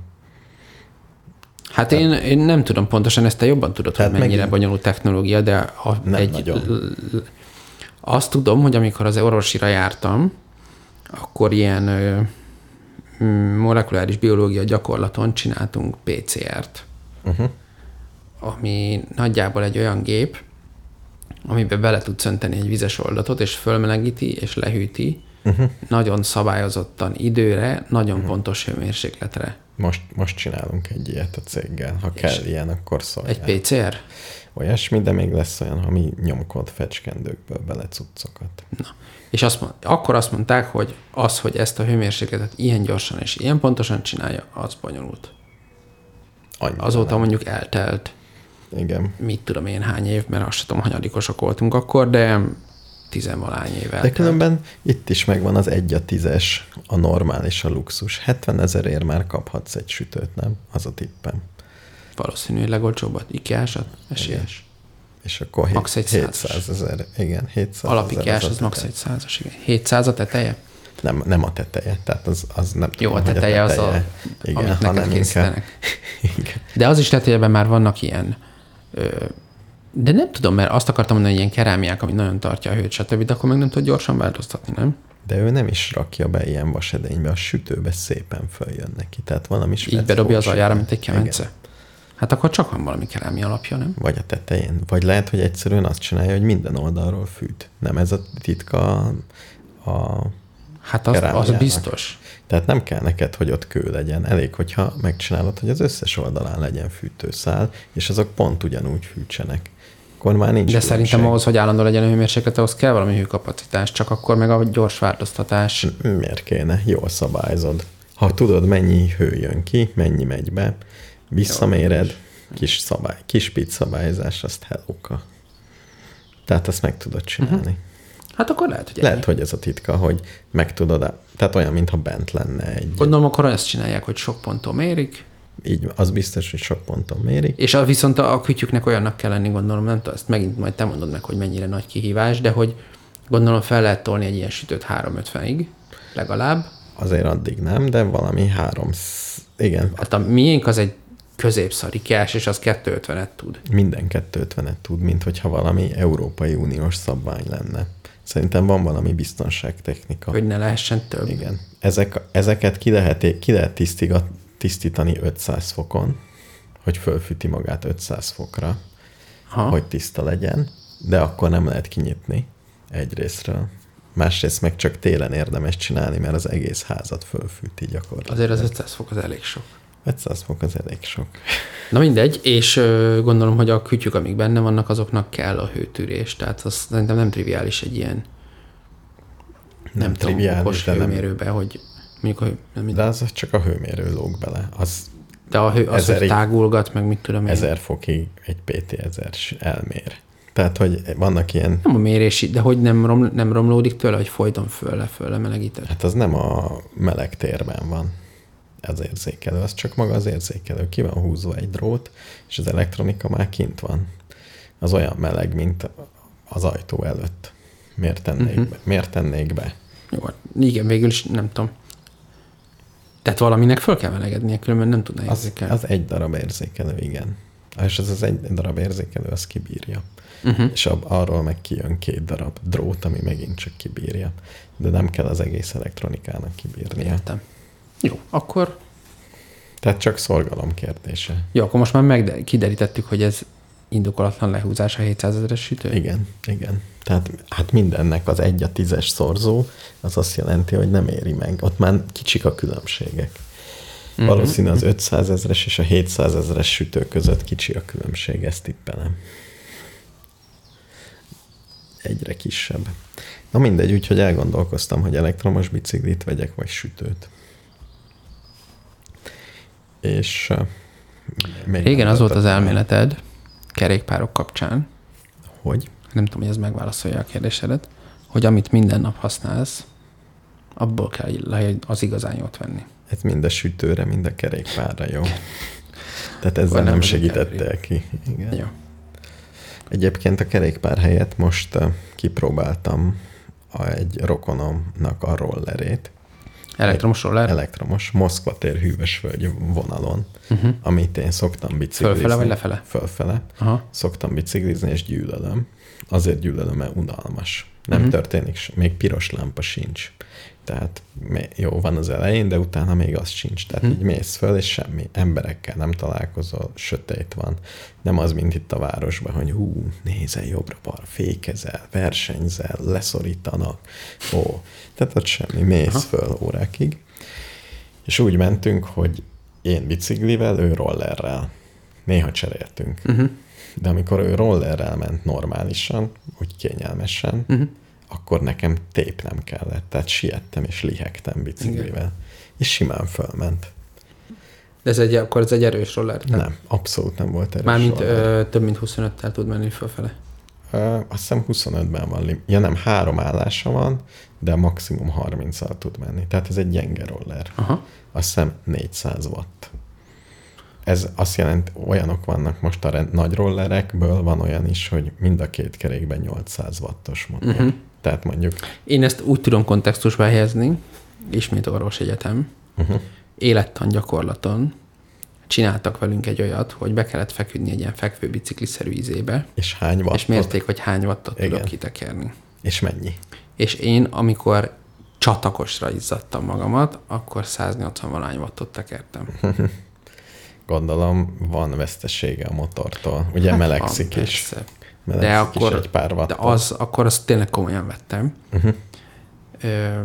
C: Hát én, én nem tudom pontosan, ezt te jobban tudod, hogy mennyire megint... bonyolult technológia, de a,
B: nem
C: egy,
B: nagyon.
C: L, azt tudom, hogy amikor az orvosira jártam, akkor ilyen ö, molekuláris biológia gyakorlaton csináltunk pé cé er-t, uh-huh. ami nagyjából egy olyan gép, amiben bele tudsz önteni egy vizes oldatot, és fölmelegíti, és lehűti, uh-huh. nagyon szabályozottan időre, nagyon uh-huh. pontos hőmérsékletre.
B: Most, most csinálunk egy ilyet a céggel. Ha és kell ilyen, akkor szóljál.
C: Egy pé cé er?
B: Olyasmi, de még lesz olyan, ami nyomkod fecskendőkből bele cuccokat.
C: Na. És azt mond, akkor azt mondták, hogy az, hogy ezt a hőmérsékletet ilyen gyorsan és ilyen pontosan csinálja, az bonyolult. Annyira Azóta nem. mondjuk eltelt.
B: Igen.
C: Mit tudom én hány év, mert azt sem tudom, hanyadikosok voltunk akkor, de tizenvalány év eltelt.
B: De különben itt is megvan az egy a tízes, a normális, a luxus. hetven ezerért már kaphatsz egy sütőt, nem? Az a tippem.
C: Valószínű, hogy legolcsóbbat. Ikeásat, esélyes.
B: És akkor hétszázezer. Igen, hétszázezer.
C: Alapikás, az max. egy százas. Igen. hétszáz a teteje?
B: Nem, nem a teteje. Tehát az, az nem
C: Jó,
B: tudom,
C: a teteje, a teteje az a, igen, amit neked készítenek. De az is tetejében már vannak ilyen, de nem tudom, mert azt akartam mondani, hogy ilyen kerámiák, ami nagyon tartja a hőt, stb., de akkor meg nem tud gyorsan változtatni, nem?
B: De ő nem is rakja be ilyen vasedénybe, a sütőbe szépen följön neki. Tehát valami
C: így bedobja az aljára, mint egy kemence. Igen. Hát akkor csak van valami kerámia alapja, nem?
B: Vagy a tetején. Vagy lehet, hogy egyszerűen azt csinálja, hogy minden oldalról fűt. Nem ez a titka a
C: Hát az, az biztos.
B: Tehát nem kell neked, hogy ott kő legyen. Elég, hogyha megcsinálod, hogy az összes oldalán legyen fűtőszál, és azok pont ugyanúgy fűtsenek. Akkor már nincs
C: De különbség. Szerintem ahhoz, hogy állandó legyen a hőmérséklet, ahhoz kell valami hőkapacitás, csak akkor meg a gyors változtatás.
B: Miért kéne? Jól szabályzod. Ha tudod, mennyi hő jön ki, mennyi megy be, visszaméred, kis, szabály, kis pic szabályozás, azt hellóka. Tehát azt meg tudod csinálni. Uh-huh.
C: Hát akkor lehet, hogy
B: Lehet, hogy ez a titka, hogy meg tudod, tehát olyan, mintha bent lenne egy...
C: Gondolom, akkor ezt csinálják, hogy sok ponton mérik.
B: Így, az biztos, hogy sok ponton mérik.
C: És a, viszont a kütyüknek olyannak kell lenni, gondolom, nem tudom, ezt megint majd te mondod meg, hogy mennyire nagy kihívás, de hogy gondolom fel lehet tolni egy ilyen sütőt háromszázötvenig legalább.
B: Azért addig nem, de valami három... Igen.
C: Hát a miénk az egy középszarikás, és az kétszázötvenet tud.
B: Minden kétszázötvenet tud, mint hogyha valami Európai Uniós szabvány lenne. Szerintem van valami biztonságtechnika.
C: Hogy ne lehessen több.
B: Igen. Ezek, ezeket ki lehet, ki lehet tisztigat, tisztítani ötszáz fokon, hogy fölfűti magát ötszáz fokra, ha. Hogy tiszta legyen, de akkor nem lehet kinyitni egyrésztről. Másrészt meg csak télen érdemes csinálni, mert az egész házat fölfűti gyakorlatilag.
C: Azért az ötszáz fok az elég sok.
B: ötszáz fok az elég sok.
C: Na mindegy, és gondolom, hogy a kütyük, amik benne vannak, azoknak kell a hőtűrés. Tehát az szerintem nem triviális egy ilyen nem, nem triviális, tudom, hőmérőbe, hogy mondjuk a, nem
B: de az csak a hőmérő lóg bele. Az
C: de a hő, az, hogy tágulgat, meg mit tudom én.
B: Ezer fokig egy pé té ezer elmér. Tehát, hogy vannak ilyen...
C: Nem a mérési, de hogy nem, rom, nem romlódik tőle, hogy folyton fölle, fölle melegített?
B: Hát az nem a meleg térben van. Az érzékelő, az csak maga az érzékelő. Ki van húzva egy drót, és az elektronika már kint van. Az olyan meleg, mint az ajtó előtt. Miért tennék, uh-huh. be? Miért tennék be?
C: Jó, igen, végül is nem tudom. Tehát valaminek föl kell melegednie, különben nem tudná érzékelni.
B: Az, az egy darab érzékelő, igen. És az az egy darab érzékelő, az kibírja. Uh-huh. És ab, arról meg kijön két darab drót, ami megint csak kibírja. De nem kell az egész elektronikának kibírnia.
C: Értem. Jó, akkor...
B: Tehát csak szorgalom kérdése.
C: Jó, akkor most már meg kiderítettük, hogy ez indokolatlan lehúzás a hétszázezeres sütő?
B: Igen, igen. Tehát hát mindennek az egy a tízes szorzó, az azt jelenti, hogy nem éri meg. Ott már kicsik a különbségek. Mm-hmm. Valószínű az ötszázezres és a hétszázezres sütő között kicsi a különbség, ezt tippelem. Egyre kisebb. Na mindegy, úgyhogy elgondolkoztam, hogy elektromos biciklit vegyek, vagy sütőt. És uh, még
C: Régen az volt az
B: el.
C: elméleted kerékpárok kapcsán,
B: Hogy?
C: nem tudom, hogy ez megválaszolja a kérdésedet, hogy amit minden nap használsz, abból kell az igazán jót venni.
B: Ez mind a sütőre, mind a kerékpárra jó. Tehát ezzel
C: nem
B: nem
C: vagyok
B: segítette
C: elég.
B: ki. Igen.
C: Jó.
B: Egyébként a kerékpár helyett most uh, kipróbáltam a, egy rokonomnak a rollerét.
C: Elektromos roller?
B: Elektromos, Moszkva tér Hűvösvölgy vonalon,
C: Uh-huh.
B: amit én szoktam biciklizni.
C: Fölfele vagy lefele?
B: Fölfele.
C: Aha.
B: Szoktam biciklizni, és gyűlölöm. Azért gyűlölöm, mert unalmas. Nem
C: Uh-huh.
B: történik, s- még piros lámpa sincs. Tehát még jó van az elején, de utána még az sincs. Tehát
C: Uh-huh.
B: így mész föl, és semmi. Emberekkel nem találkozol, sötét van. Nem az, mint itt a városban, hogy hú, nézel jobbra-balra, fékezel, versenyzel, leszorítanak. Ó, tehát ott semmi. Mész
C: Aha.
B: föl órákig. És úgy mentünk, hogy én biciklivel, ő rollerrel. Néha cseréltünk.
C: Uh-huh.
B: De amikor ő rollerrel ment normálisan, úgy kényelmesen,
C: Uh-huh.
B: akkor nekem tép nem kellett. Tehát siettem és lihegtem biciklivel. Igen. És simán fölment.
C: De ez egy, akkor ez egy erős roller? Tehát
B: Nem, abszolút nem volt erős
C: mármint
B: roller.
C: ö, több mint huszonöttel tud menni fölfele.
B: Ö, azt hiszem huszonötben van. lim- Ja nem, három állása van, de maximum harminccal tud menni. Tehát ez egy gyenge roller.
C: Aha.
B: Azt hiszem négyszáz watt. Ez azt jelenti, olyanok vannak most a rend, nagy rollerekből, van olyan is, hogy mind a két kerékben nyolcszáz wattos motor.
C: Uh-huh.
B: Tehát mondjuk
C: Én ezt úgy tudom kontextusba helyezni, ismét orvosegyetem,
B: uh-huh.
C: élettan gyakorlaton csináltak velünk egy olyat, hogy be kellett feküdni egy ilyen fekvő bicikliszerű izébe,
B: és hány wattot?
C: és mérték, hogy hány wattot
B: Igen.
C: tudok kitekerni.
B: És mennyi?
C: És én, amikor csatakosra izzadtam magamat, akkor száznyolcvan valány wattot tekertem.
B: Gondolom van vesztesége a motortól. Ugye
C: Hát
B: melegszik
C: van,
B: is.
C: persze.
B: Melegszik
C: De akkor,
B: is egy pár
C: de
B: wattot.
C: az, akkor azt tényleg komolyan vettem.
B: Uh-huh.
C: Ö,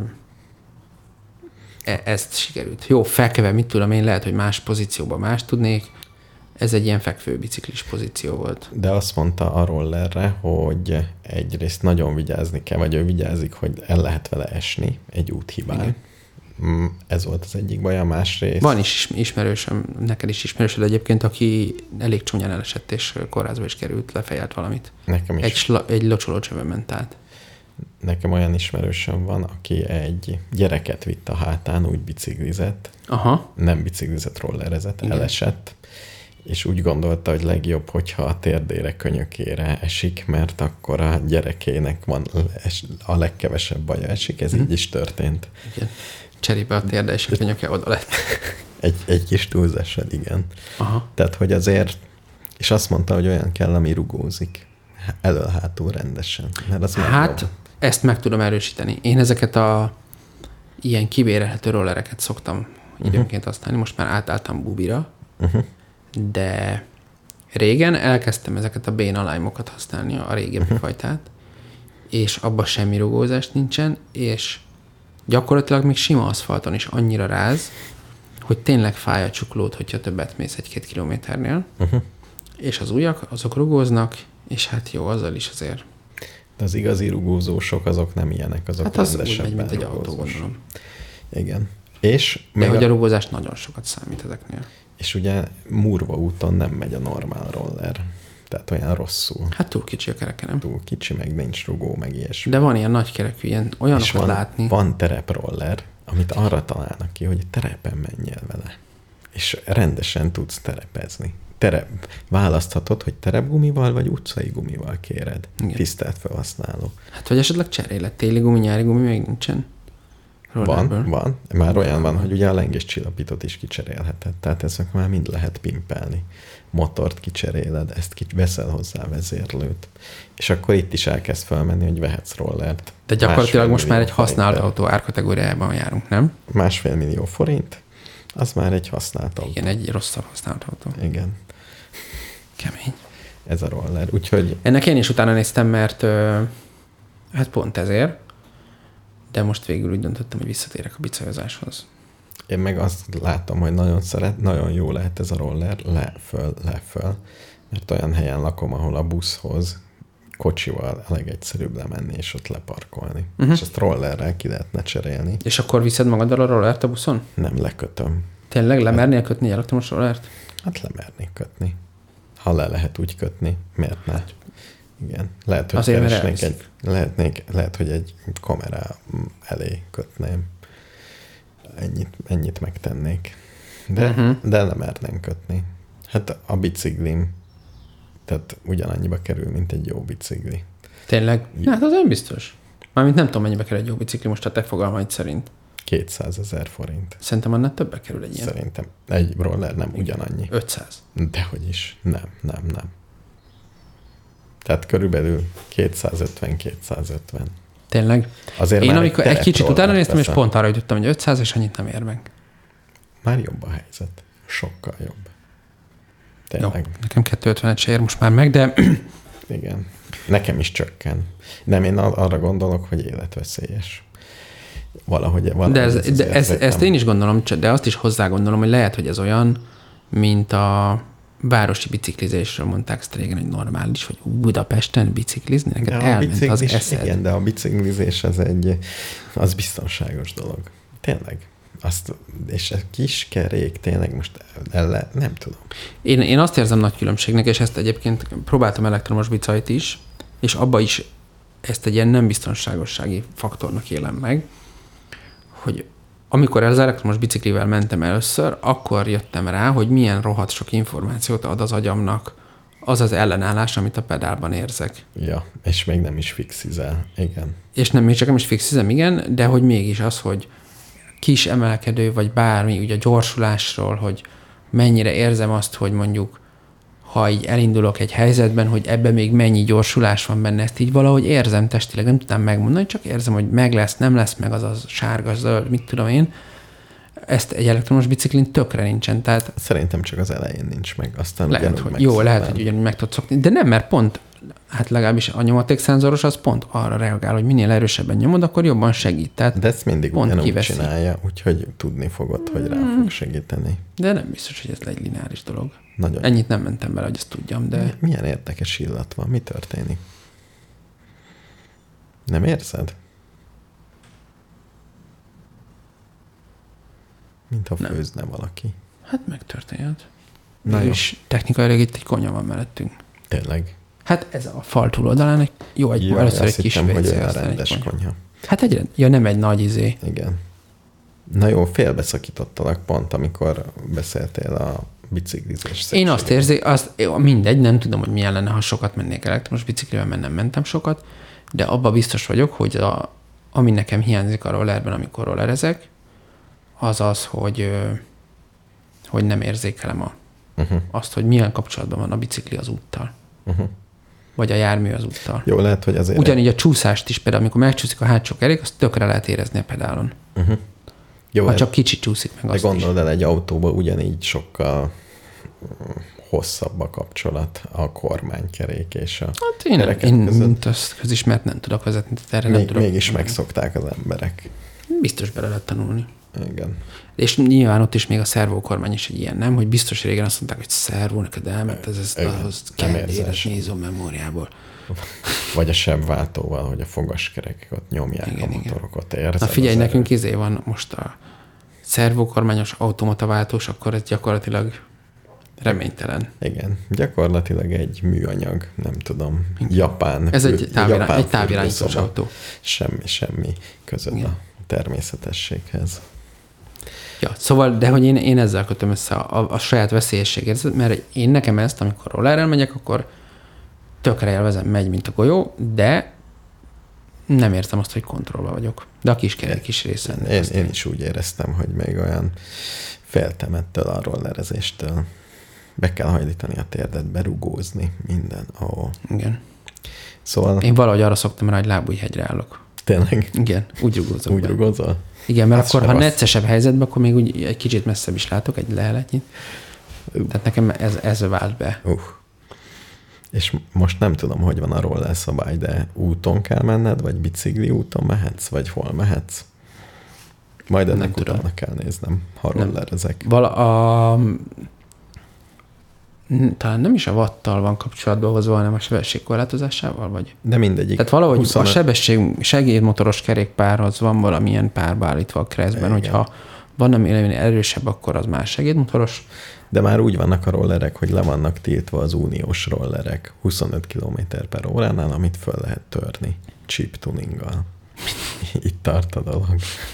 C: e- ezt sikerült. Jó, felkeve, mit tudom én, lehet, hogy más pozícióban más tudnék. Ez egy ilyen fekvő biciklis pozíció volt.
B: De azt mondta a rollerre, hogy egyrészt nagyon vigyázni kell, vagy ő vigyázik, hogy el lehet vele esni egy úthibán.
C: Igen.
B: Mm, Ez volt az egyik baj, a másrészt.
C: Van is ism- ismerősöm, neked is ismerősöd egyébként, aki elég csúnyán elesett, és kórházba is került, lefejelt valamit.
B: Nekem is.
C: Egy, sla- egy locsolócsövön ment át.
B: Nekem olyan ismerősöm van, aki egy gyereket vitt a hátán, úgy biciklizett,
C: Aha.
B: nem biciklizett, rollerezett,
C: Igen.
B: elesett, és úgy gondolta, hogy legjobb, hogyha a térdére, könyökére esik, mert akkor a gyerekének van es- a legkevesebb baja esik, ez
C: Mhm.
B: így is történt.
C: Igen. Cserébe a térde, és a könyöke oda lett.
B: Egy, egy kis túlzással, igen.
C: Aha.
B: Tehát, hogy azért, és azt mondta, hogy olyan kell, ami rugózik. Elől-hátul rendesen. Mert az
C: Hát,
B: megjobb.
C: ezt meg tudom erősíteni. Én ezeket a ilyen kivérelhető rollereket szoktam időnként használni, most már átálltam bubira,
B: Uh-huh.
C: de régen elkezdtem ezeket a béna lime-okat használni, a régebbi uh-huh. fajtát, és abban semmi rugózás nincsen, és gyakorlatilag még sima aszfalton is annyira ráz, hogy tényleg fáj a csuklót, hogyha többet mész egy-két kilométernél,
B: Uh-huh.
C: és az ujjak, azok rugóznak, és hát jó, azzal is azért.
B: De az igazi rugózósok, azok nem ilyenek, azok
C: Hát az úgy
B: rendesebben
C: megy, mint egy autó,
B: rugózós.
C: gondolom.
B: Igen. És,
C: De
B: még
C: hogy a
B: a,
C: rugózás nagyon sokat számít ezeknél.
B: és ugye Murva úton nem megy a normál roller. Tehát olyan rosszul.
C: Hát túl kicsi a kereke, nem?
B: Túl kicsi, meg nincs rugó, meg ilyesmi.
C: De van ilyen nagykerekű, ilyen
B: És
C: olyanokat
B: van,
C: látni.
B: van tereproller, amit arra találnak ki, hogy terepen menjél vele. És rendesen tudsz terepezni. Terep, választhatod, hogy terepgumival vagy utcai gumival kéred.
C: Igen.
B: Tisztelt felhasználó.
C: Hát vagy esetleg cserélet. Téli gumi, nyári gumi még nincsen. Rollerből.
B: Van, van. Már olyan van, hogy ugye a lengés csillapítót is kicserélheted. Tehát ezek már mind lehet pimpelni. Motort kicseréled, ezt kics- veszel hozzá vezérlőt. És akkor itt is elkezd felmenni, hogy vehetsz rollert.
C: De gyakorlatilag
B: Másfél
C: most már egy
B: millió
C: használt
B: forinttal.
C: autó árkategóriájában járunk, nem?
B: Másfél millió forint, az már egy használt autó.
C: Igen, egy rosszabb használt autó.
B: Igen.
C: Kemény.
B: Ez a roller. Úgyhogy
C: Ennek én is utána néztem, mert ö, hát pont ezért, de most végül úgy döntöttem, hogy visszatérek a bicajozáshoz.
B: én meg azt látom, hogy nagyon szeret, nagyon jó lehet ez a roller, le, föl, le, föl, mert olyan helyen lakom, ahol a buszhoz kocsival a legegyszerűbb lemenni, és ott leparkolni.
C: Uh-huh.
B: És ezt rollerrel ki lehetne cserélni.
C: És akkor viszed magaddal a rollert a buszon?
B: Nem lekötöm.
C: Tényleg lemernél kötni egy elektromos rollert?
B: Hát lemernék kötni. Ha le lehet úgy kötni, miért ne? Igen. Lehet, hogy
C: Azért,
B: keresnék egy, lehetnék, lehet, hogy egy kamera elé kötném. Ennyit, ennyit megtennék. De, uh-huh. de lemernénk kötni. Hát a biciklim, tehát ugyanannyiba kerül, mint egy jó bicikli.
C: Tényleg? Ja. Hát az nem biztos. Mármint nem tudom, mennyibe kerül egy jó bicikli, most a te fogalmaid szerint.
B: kétszázezer forint.
C: Szerintem annál többbe kerül egy ilyen.
B: Szerintem. Egy roller nem ugyanannyi.
C: ötszáz.
B: Dehogy is. Nem, nem, nem. Tehát körülbelül kétszázötven-kétszázötven.
C: Tényleg?
B: Azért
C: én amikor egy, egy kicsit utána néztem,
B: veszem.
C: és pont arra jutottam, hogy ötszáz, és annyit nem ér meg.
B: Már jobb a helyzet. Sokkal jobb. Tényleg.
C: Jó, nekem kétszázötvenet se ér most már meg, de...
B: Igen. Nekem is csökken. Nem, én arra gondolok, hogy életveszélyes. Valahogy, valahogy
C: de ez,
B: ez
C: de ez, ezt én is gondolom, de azt is hozzá gondolom, hogy lehet, hogy ez olyan, mint a városi biciklizésről mondták ezt régen, hogy normális, vagy Budapesten biciklizni, neked elment az eszed.
B: Igen, de a biciklizés az egy, az biztonságos dolog. Tényleg. Azt, és a kis kerék tényleg most el, nem tudom.
C: Én, én azt érzem nagy különbségnek, és ezt egyébként próbáltam elektromos bicajt is, és abba is ezt egy ilyen nem biztonságossági faktornak élem meg, hogy amikor az elektromos biciklivel mentem először, akkor jöttem rá, hogy milyen rohadt sok információt ad az agyamnak az az ellenállás, amit a pedálban érzek.
B: Ja, és még nem is fixizel, igen.
C: És nem, még csak nem is fixizem, igen, de hogy mégis az, hogy kis emelkedő, vagy bármi, ugye a gyorsulásról, hogy mennyire érzem azt, hogy mondjuk, ha így elindulok egy helyzetben, hogy ebben még mennyi gyorsulás van benne, ezt így valahogy érzem testileg, nem tudtam megmondani, csak érzem, hogy meg lesz, nem lesz meg az a sárga, zöld, mit tudom én. Ezt egy elektromos biciklin tökre nincsen, tehát...
B: Szerintem csak az elején nincs meg, aztán
C: lehet, hogy jó, lehet, hogy ugyanúgy meg tudsz szokni, de nem, mert pont, hát legalábbis a nyomatékszenzoros az pont arra reagál, hogy minél erősebben nyomod, akkor jobban segít. Tehát
B: de ezt mindig ugyanúgy
C: kiveszi.
B: Csinálja, úgyhogy tudni fogod, hogy rá fog segíteni.
C: De nem biztos, hogy ez egy lineáris dolog.
B: Nagyon.
C: Ennyit nem mentem bele, hogy ezt tudjam, de...
B: Milyen érdekes illat van? Mi történik? Nem érzed? Mintha főzne valaki.
C: Hát megtörténhet.
B: Na
C: és technikailag itt egy konyha van mellettünk.
B: Tényleg?
C: Hát ez a fal túloldalán egy jó, egy,
B: jó,
C: először egy kis
B: hittem,
C: vécé,
B: hogy
C: aztán
B: rendes
C: egy konyha.
B: konyha.
C: Hát egy, ja nem egy nagy izé.
B: Igen. Na jó, félbeszakítottalak pont, amikor beszéltél a biciklizés.
C: Én azt érzi, azt, mindegy, nem tudom, hogy milyen lenne, ha sokat mennék elektromos biciklivel, mert nem mentem sokat, de abban biztos vagyok, hogy a, ami nekem hiányzik a rollerben, amikor rollerezek, az az, hogy, hogy nem érzékelem a, uh-huh. azt, hogy milyen kapcsolatban van a bicikli az úttal. Uh-huh. Vagy a jármű az úttal.
B: Jó, lehet, hogy azért...
C: Ugyanígy a csúszást is például, amikor megcsúszik a hátsó kerék, azt tökre lehet érezni a pedálon. Uh-huh. Jó, ha csak kicsit csúszik meg,
B: de
C: azt
B: gondold
C: is.
B: el, egy autóban ugyanígy sokkal hosszabb a kapcsolat a kormánykerék és a
C: hát én, nem, én mint az közismert nem tudok vezetni, erre
B: Még,
C: nem tudok.
B: Mégis megszokták az emberek.
C: Biztos bele lehet tanulni.
B: Igen.
C: És nyilván ott is még a szervókormány is egy ilyen, nem? Hogy biztos régen azt mondták, hogy szervó, neked elment, ez, ez ahhoz kell érezni izom-memóriából.
B: Vagy a sebváltóval, hogy a fogaskerekek ott nyomják igen, a motorokat.
C: Na figyelj, nekünk izé van most a szervókormányos automata váltós, akkor ez gyakorlatilag reménytelen.
B: Igen, gyakorlatilag egy műanyag, nem tudom, japán.
C: Ez egy, távirány, egy távirányítós autó.
B: Semmi, semmi között igen. a természetességhez.
C: Ja, szóval, de hogy én, én ezzel kötöm össze a, a, a saját veszélyességért, mert én nekem ezt, amikor rollerrel megyek, akkor tökre élvezem, megy, mint a golyó, de nem értem azt, hogy kontrollban vagyok. De a kiskerék is része.
B: Én, én is úgy éreztem, hogy még olyan féltem ettől a rollerezéstől. Be kell hajlítani a térdet, berugózni, minden. Oh.
C: Igen.
B: Szóval...
C: Én valahogy arra szoktam rá, hogy lábújhegyre állok.
B: Tényleg?
C: Igen, úgy rugózom.
B: Úgy rugózol?
C: Igen, mert hát akkor, ha neccesebb helyzetben, akkor még úgy egy kicsit messzebb is látok, egy leheletnyit. Uh. Tehát nekem ez, ez vált be.
B: Uh. És most nem tudom, hogy van a roller szabály, de úton kell menned, vagy bicikli úton mehetsz, vagy hol mehetsz? Majd ennek
C: nem
B: utána kell néznem, ha rollerezek.
C: Vala a... Talán nem is a watttal van kapcsolatban hozva, hanem a sebességkorlátozásával, vagy?
B: De mindegyik.
C: Tehát valahogy
B: huszonöt...
C: a sebesség segédmotoros kerékpárhoz van valamilyen párba állítva a keresztben, hogyha van, ami erősebb, akkor az már segédmotoros.
B: De már úgy vannak a rollerek, hogy le vannak tiltva az uniós rollerek huszonöt kilométer per óránál, amit föl lehet törni chip tuninggal. Itt tart a dolog.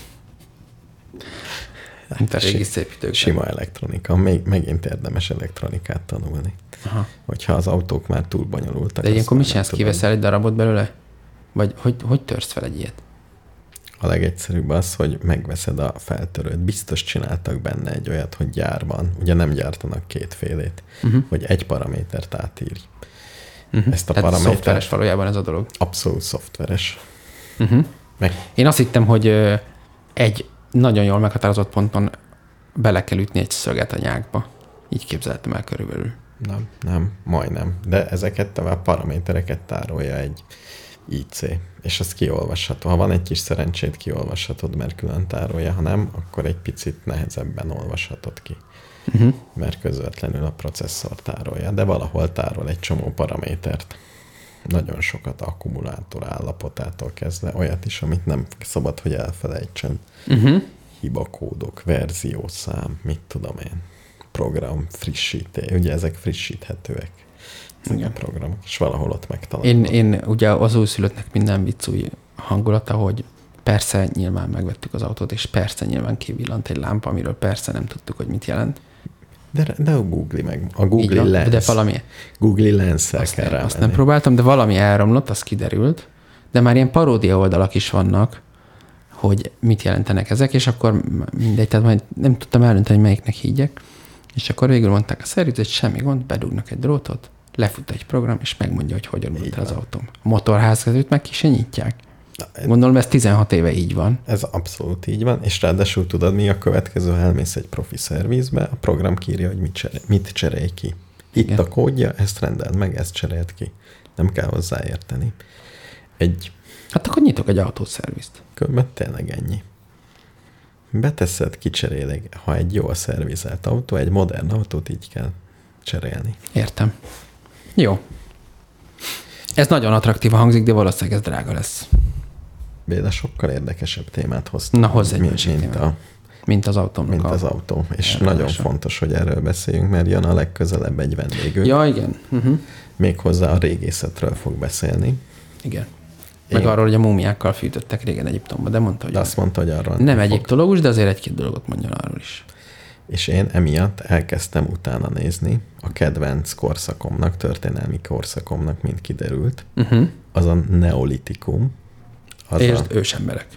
C: Mint a régi szép időkben.
B: Sima elektronika. Még, megint érdemes elektronikát tanulni. Aha. Hogyha az autók már túl bonyolultak.
C: De ilyenkor mit csinálsz? Kiveszel egy darabot belőle? Vagy hogy, hogy törsz fel egy ilyet?
B: A legegyszerűbb az, hogy megveszed a feltörőt. Biztos csináltak benne egy olyat, hogy gyárban, ugye nem gyártanak kétfélét, uh-huh. hogy egy paramétert átírj. Uh-huh. Ezt a
C: Tehát
B: paramétert...
C: szoftveres valójában ez a dolog.
B: Abszolút szoftveres.
C: Uh-huh. Meg... Én azt hittem, hogy egy nagyon jól meghatározott ponton bele kell ütni egy szöget a nyákba. Így képzeltem el körülbelül.
B: Nem, nem, majdnem. De ezeket tovább paramétereket tárolja egy I C, és az kiolvasható. Ha van egy kis szerencsét, kiolvashatod, mert külön tárolja, ha nem, akkor egy picit nehezebben olvashatod ki. Uh-huh. Mert közvetlenül a processzor tárolja, de valahol tárol egy csomó paramétert. Nagyon sokat akkumulátor állapotától kezdve, olyat is, amit nem szabad, hogy elfelejtsen. Uh-huh. Hibakódok, verziószám, mit tudom én, program frissíté, ugye ezek frissíthetőek. Igen. A programok, és valahol ott megtalálom.
C: Én, én ugye az újszülöttnek minden vicc új hangulata, hogy persze nyilván megvettük az autót, és persze nyilván kivillant egy lámpa, amiről persze nem tudtuk, hogy mit jelent.
B: De, de a Google meg, a Google van, Lens.
C: De valami,
B: Google Lens-szel
C: azt
B: kell rámenni.
C: Azt nem próbáltam, de valami elromlott, az kiderült. De már ilyen paródia oldalak is vannak, hogy mit jelentenek ezek, és akkor mindegy, tehát majd nem tudtam eldönteni, hogy melyiknek higgyek. És akkor végül mondták a szerűt, semmi gond, bedugnak egy drótot, lefut egy program, és megmondja, hogy hogyan ment az autóm. A motorházkezőt meg ki se nyitják. Na, gondolom, ez tizenhat éve így van.
B: Ez abszolút így van, és ráadásul tudod, mi a következő, elmész egy profi szervizbe, a program kírja, hogy mit, cserélj, mit cserélj ki. Itt igen. A kódja, ezt rendeld meg, ezt cseréld ki. Nem kell hozzáérteni. Egy...
C: Hát akkor nyitok egy autószervizt.
B: Körülbelül tényleg ennyi. Beteszed, kicserél, ha egy jól szervizelt autó, egy modern autót így kell cserélni.
C: Értem. Jó. Ez nagyon attraktívan hangzik, de valószínűleg ez drága lesz.
B: Béla, sokkal érdekesebb témát hoztam.
C: Na, hozz egy mint,
B: mint, a,
C: mint az autó.
B: Mint az autó. És nagyon fontos, hogy erről beszéljünk, mert jön a legközelebb egy vendégünk.
C: Ja, igen. Uh-huh.
B: Méghozzá a régészetről fog beszélni.
C: Igen. Meg Én... arról, hogy a múmiákkal fűtöttek régen Egyiptomba, de mondta, hogy...
B: De azt mondta, hogy arról
C: nem egyiptológus, de azért egy-két dolgot mondjon arról is.
B: És én emiatt elkezdtem utána nézni a kedvenc korszakomnak, történelmi korszakomnak, mint kiderült. Uh-huh. Az a neolitikum. Az
C: és
B: a...
C: ősemberek.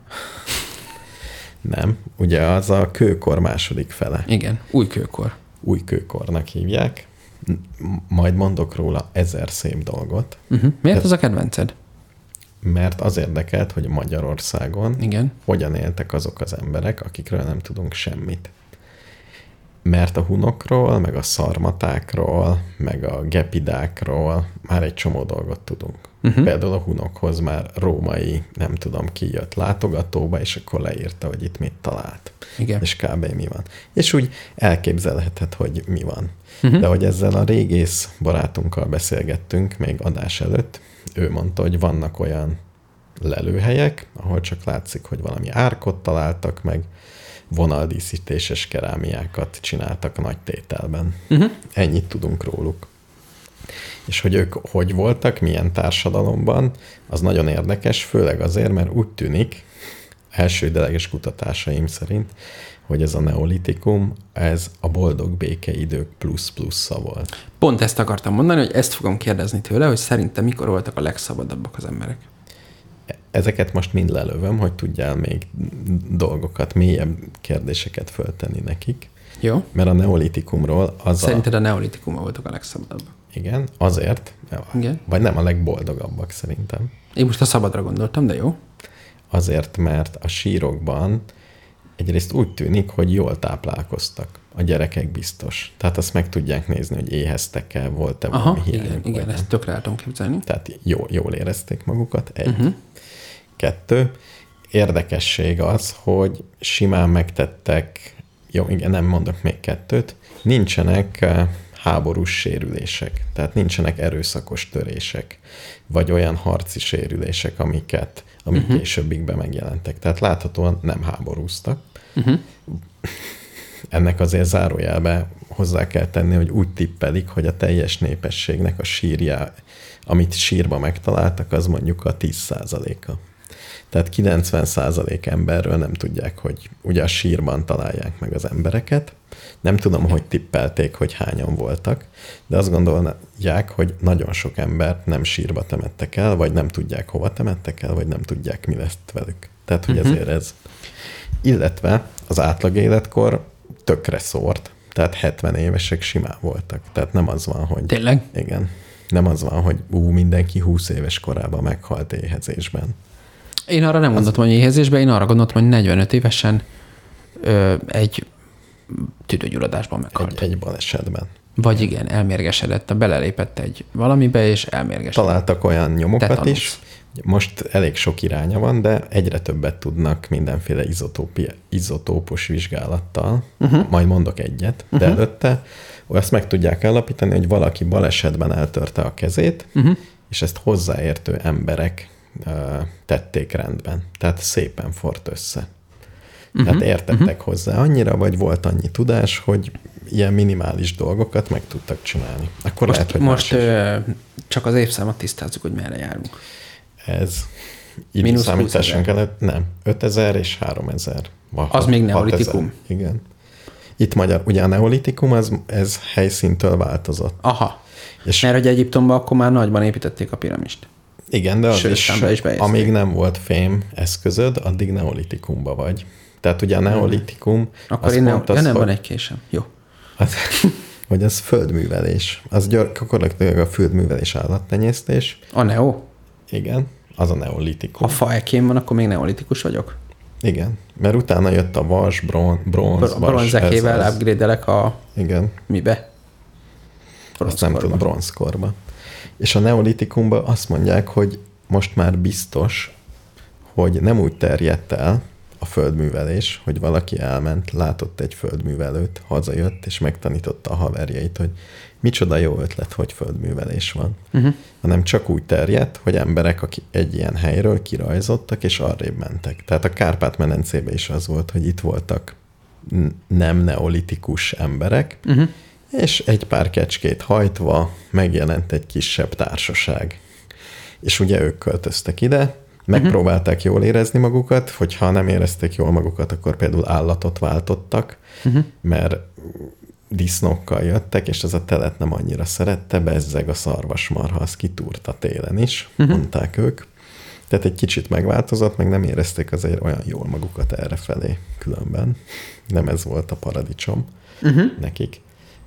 B: Nem, ugye az a kőkor második fele.
C: Igen, új kőkor.
B: Új kőkornak hívják. Majd mondok róla ezer szép dolgot.
C: Uh-huh. Miért ez... az a kedvenced?
B: Mert az érdekelt, hogy Magyarországon
C: igen.
B: hogyan éltek azok az emberek, akikről nem tudunk semmit. Mert a hunokról, meg a szarmatákról, meg a gepidákról már egy csomó dolgot tudunk. Uh-huh. Például a hunokhoz már római, nem tudom ki jött látogatóba, és akkor leírta, hogy itt mit talált.
C: Igen.
B: És kb. Mi van. És úgy elképzelheted, hogy mi van. Uh-huh. De hogy ezzel a régész barátunkkal beszélgettünk még adás előtt, ő mondta, hogy vannak olyan lelőhelyek, ahol csak látszik, hogy valami árkot találtak meg, vonaldíszítéses kerámiákat csináltak nagy tételben. Uh-huh. Ennyit tudunk róluk. És hogy ők hogy voltak, milyen társadalomban, az nagyon érdekes, főleg azért, mert úgy tűnik, elsődleges kutatásaim szerint, hogy ez a neolitikum, ez a boldog békeidők plusz-plusza volt.
C: Pont ezt akartam mondani, hogy ezt fogom kérdezni tőle, hogy szerintem mikor voltak a legszabadabbak az emberek.
B: Ezeket most mind lelövöm, hogy tudjál még dolgokat, mélyebb kérdéseket föltenni nekik.
C: Jó.
B: Mert a neolitikumról az
C: Szerinted
B: a...
C: a neolitikumban voltak a legszabadabbak?
B: Igen, azért.
C: Igen.
B: Vagy nem a legboldogabbak szerintem.
C: Én most a szabadra gondoltam, de jó.
B: Azért, mert a sírokban egyrészt úgy tűnik, hogy jól táplálkoztak. A gyerekek biztos. Tehát azt meg tudják nézni, hogy éheztek-e, volt-e
C: aha,
B: valami hiányuk.
C: Igen, igen, ezt tökre el tudom képzelni. Tehát
B: jól, jól érezték magukat. Egy. Uh-huh. Kettő. Érdekesség az, hogy simán megtettek, jó, igen, nem mondok még kettőt, nincsenek háborús sérülések, tehát nincsenek erőszakos törések, vagy olyan harci sérülések, amiket, amik uh-huh. későbbikben megjelentek. Tehát láthatóan nem háborúztak. Uh-huh. Ennek azért zárójelbe hozzá kell tenni, hogy úgy tippelik, hogy a teljes népességnek a sírja, amit sírba megtaláltak, az mondjuk a tíz százaléka. Tehát kilencven százalék emberről nem tudják, hogy ugye a sírban találják meg az embereket. Nem tudom, hogy tippelték, hogy hányan voltak, de azt gondolják, hogy nagyon sok embert nem sírba temettek el, vagy nem tudják, hova temettek el, vagy nem tudják, mi lesz velük. Tehát, hogy uh-huh. ezért ez. Illetve az átlag életkor tökre szórt, tehát hetven évesek simán voltak. Tehát nem az van, hogy...
C: Tényleg?
B: Igen. Nem az van, hogy ú, mindenki húsz éves korában meghalt éhezésben.
C: Én arra nem gondoltam, az... hogy éhezésben, én arra gondoltam, hogy negyvenöt évesen ö, egy tüdőgyulladásban meghalt.
B: Egy, egy balesetben.
C: Vagy igen, elmérgesedett, belelépett egy valamibe, és elmérgesedett.
B: Találtak olyan nyomokat
C: Tetanusz.
B: is. Most elég sok iránya van, de egyre többet tudnak mindenféle izotópi, izotópos vizsgálattal. Uh-huh. Majd mondok egyet, uh-huh. de előtte azt meg tudják állapítani, hogy valaki balesetben eltörte a kezét, uh-huh. és ezt hozzáértő emberek uh, tették rendben. Tehát szépen fort össze. Uh-huh. Tehát értettek uh-huh. hozzá annyira, vagy volt annyi tudás, hogy ilyen minimális dolgokat meg tudtak csinálni. Akkor
C: most
B: lehet, hogy
C: most ö, csak az évszámot tisztázzuk, hogy merre járunk.
B: Ez időszámításunk előtt nem. ötezer és háromezer.
C: Az hat, még neolitikum.
B: Igen. Itt magyar, ugye a neolitikum, az, ez helyszíntől változott.
C: Aha. És mert hogy Egyiptomban akkor már nagyban építették a piramist.
B: Igen, de az
C: Sőt,
B: is,
C: is
B: amíg nem volt fém eszközöd, addig neolitikumba vagy. Tehát ugye a neolitikum...
C: Akkor én nem, ja, nem van egy késem. Jó.
B: Az, hogy az földművelés. Az gyakorlatilag a földművelés állattenyésztés.
C: A neo?
B: Igen, az a neolitikum.
C: Ha faekém van, akkor még neolitikus vagyok?
B: Igen, mert utána jött a vas, bron, bronz,
C: Br-
B: vas.
C: Bronzekével upgrade-elek a...
B: Igen.
C: Mibe?
B: Azt nem tudom, bronzkorba. És a neolitikumban azt mondják, hogy most már biztos, hogy nem úgy terjedt el a földművelés, hogy valaki elment, látott egy földművelőt, hazajött, és megtanította a haverjait, hogy micsoda jó ötlet, hogy földművelés van. Uh-huh. Hanem csak úgy terjedt, hogy emberek, akik egy ilyen helyről kirajzottak, és arrébb mentek. Tehát a Kárpát-medencében is az volt, hogy itt voltak nem neolitikus emberek, uh-huh. és egy pár kecskét hajtva megjelent egy kisebb társaság. És ugye ők költöztek ide, megpróbálták jól érezni magukat, hogyha nem érezték jól magukat, akkor például állatot váltottak, uh-huh. mert disznókkal jöttek, és ez a telet nem annyira szerette, bezzeg a szarvasmarha, az kitúrta télen is, uh-huh. mondták ők. Tehát egy kicsit megváltozott, meg nem érezték azért olyan jól magukat errefelé különben. Nem ez volt a paradicsom uh-huh. nekik.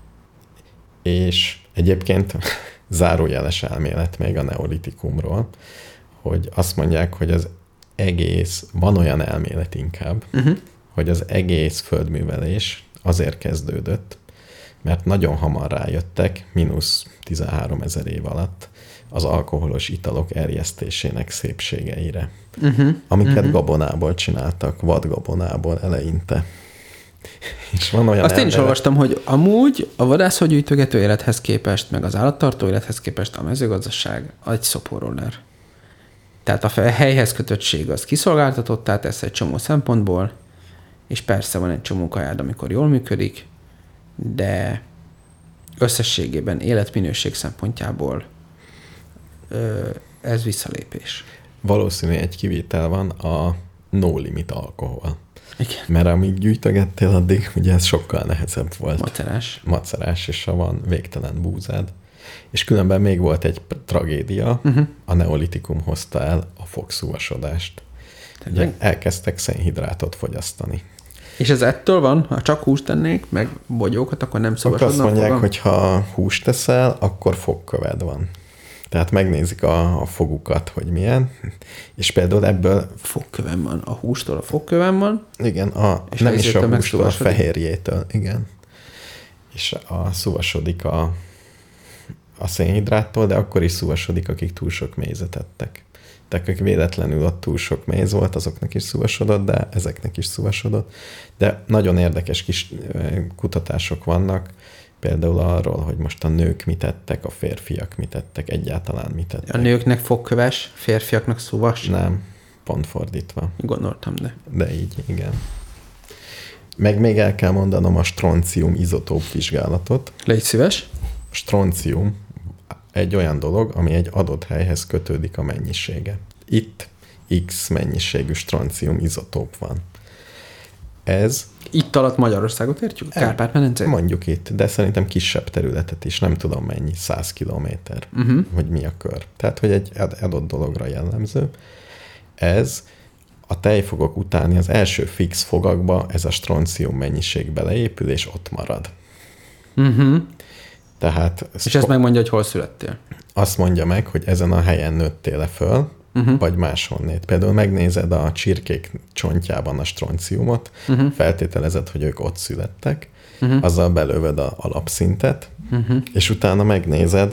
B: És egyébként zárójeles elmélet még a neolitikumról, hogy azt mondják, hogy az egész, van olyan elmélet inkább, uh-huh. hogy az egész földművelés azért kezdődött, mert nagyon hamar rájöttek, mínusz tizenhárom ezer év alatt az alkoholos italok erjesztésének szépségeire, uh-huh. amiket uh-huh. gabonából csináltak, vadgabonából eleinte. És van olyan
C: Azt
B: ember...
C: én is olvastam, hogy amúgy a vadászhagyújtögető élethez képest, meg az állattartó élethez képest a mezőgazdaság egy szoporroller. Tehát a helyhez kötöttség az kiszolgáltatott, tesz egy csomó szempontból, és persze van egy csomó kajád, amikor jól működik, de összességében életminőség szempontjából ö, ez visszalépés.
B: Valószínű egy kivétel van, a no limit alkohol.
C: Igen.
B: Mert amíg gyűjtögettél, addig ugye ez sokkal nehezebb volt.
C: Macerás.
B: Macerás, és ha van végtelen búzád. És különben még volt egy tragédia, uh-huh. a neolitikum hozta el a fogszúvasodást. Ugye elkezdtek szénhidrátot fogyasztani.
C: És ez ettől van? Ha csak húst tennék, meg bogyókat, akkor nem szúvasodna?
B: Azt mondják, hogy ha húst teszel, akkor fogköved van. Tehát megnézik a, a fogukat, hogy milyen, és például ebből...
C: Fogkövem van. A hústól a fogkövem van.
B: Igen, a, nem is a hústól, a fehérjétől, igen. És a szúvasodik a, a szénhidráttól, de akkor is szúvasodik, akik túl sok mézet ettek. Tehát akik véletlenül ott túl sok méz volt, azoknak is szúvasodott, de ezeknek is szúvasodott. De nagyon érdekes kis kutatások vannak, Például arról, hogy most a nők mit tettek, a férfiak mit tettek, egyáltalán mit tettek.
C: A nőknek fogköves, férfiaknak szúvas?
B: Nem, pont fordítva.
C: Gondoltam, de.
B: De így, igen. Meg még el kell mondanom a stroncium izotóp vizsgálatot.
C: Légy szíves.
B: A stroncium egy olyan dolog, ami egy adott helyhez kötődik a mennyisége. Itt X mennyiségű stroncium izotóp van. Ez...
C: Itt alatt Magyarországot értjük? Kárpát-medencét?
B: Mondjuk itt, de szerintem kisebb területet is, nem tudom mennyi, száz kilométer, uh-huh. hogy mi a kör. Tehát, hogy egy adott dologra jellemző. Ez a tejfogok utáni az első fix fogakba ez a stroncium mennyiség beleépül, és ott marad.
C: Uh-huh.
B: Tehát...
C: És ezt megmondja, hogy hol születtél?
B: Azt mondja meg, hogy ezen a helyen nőttél-e föl, uh-huh. vagy máshonnét. Például megnézed a csirkék csontjában a stronciumot, uh-huh. feltételezed, hogy ők ott születtek, uh-huh. azzal belőved a alapszintet, uh-huh. és utána megnézed,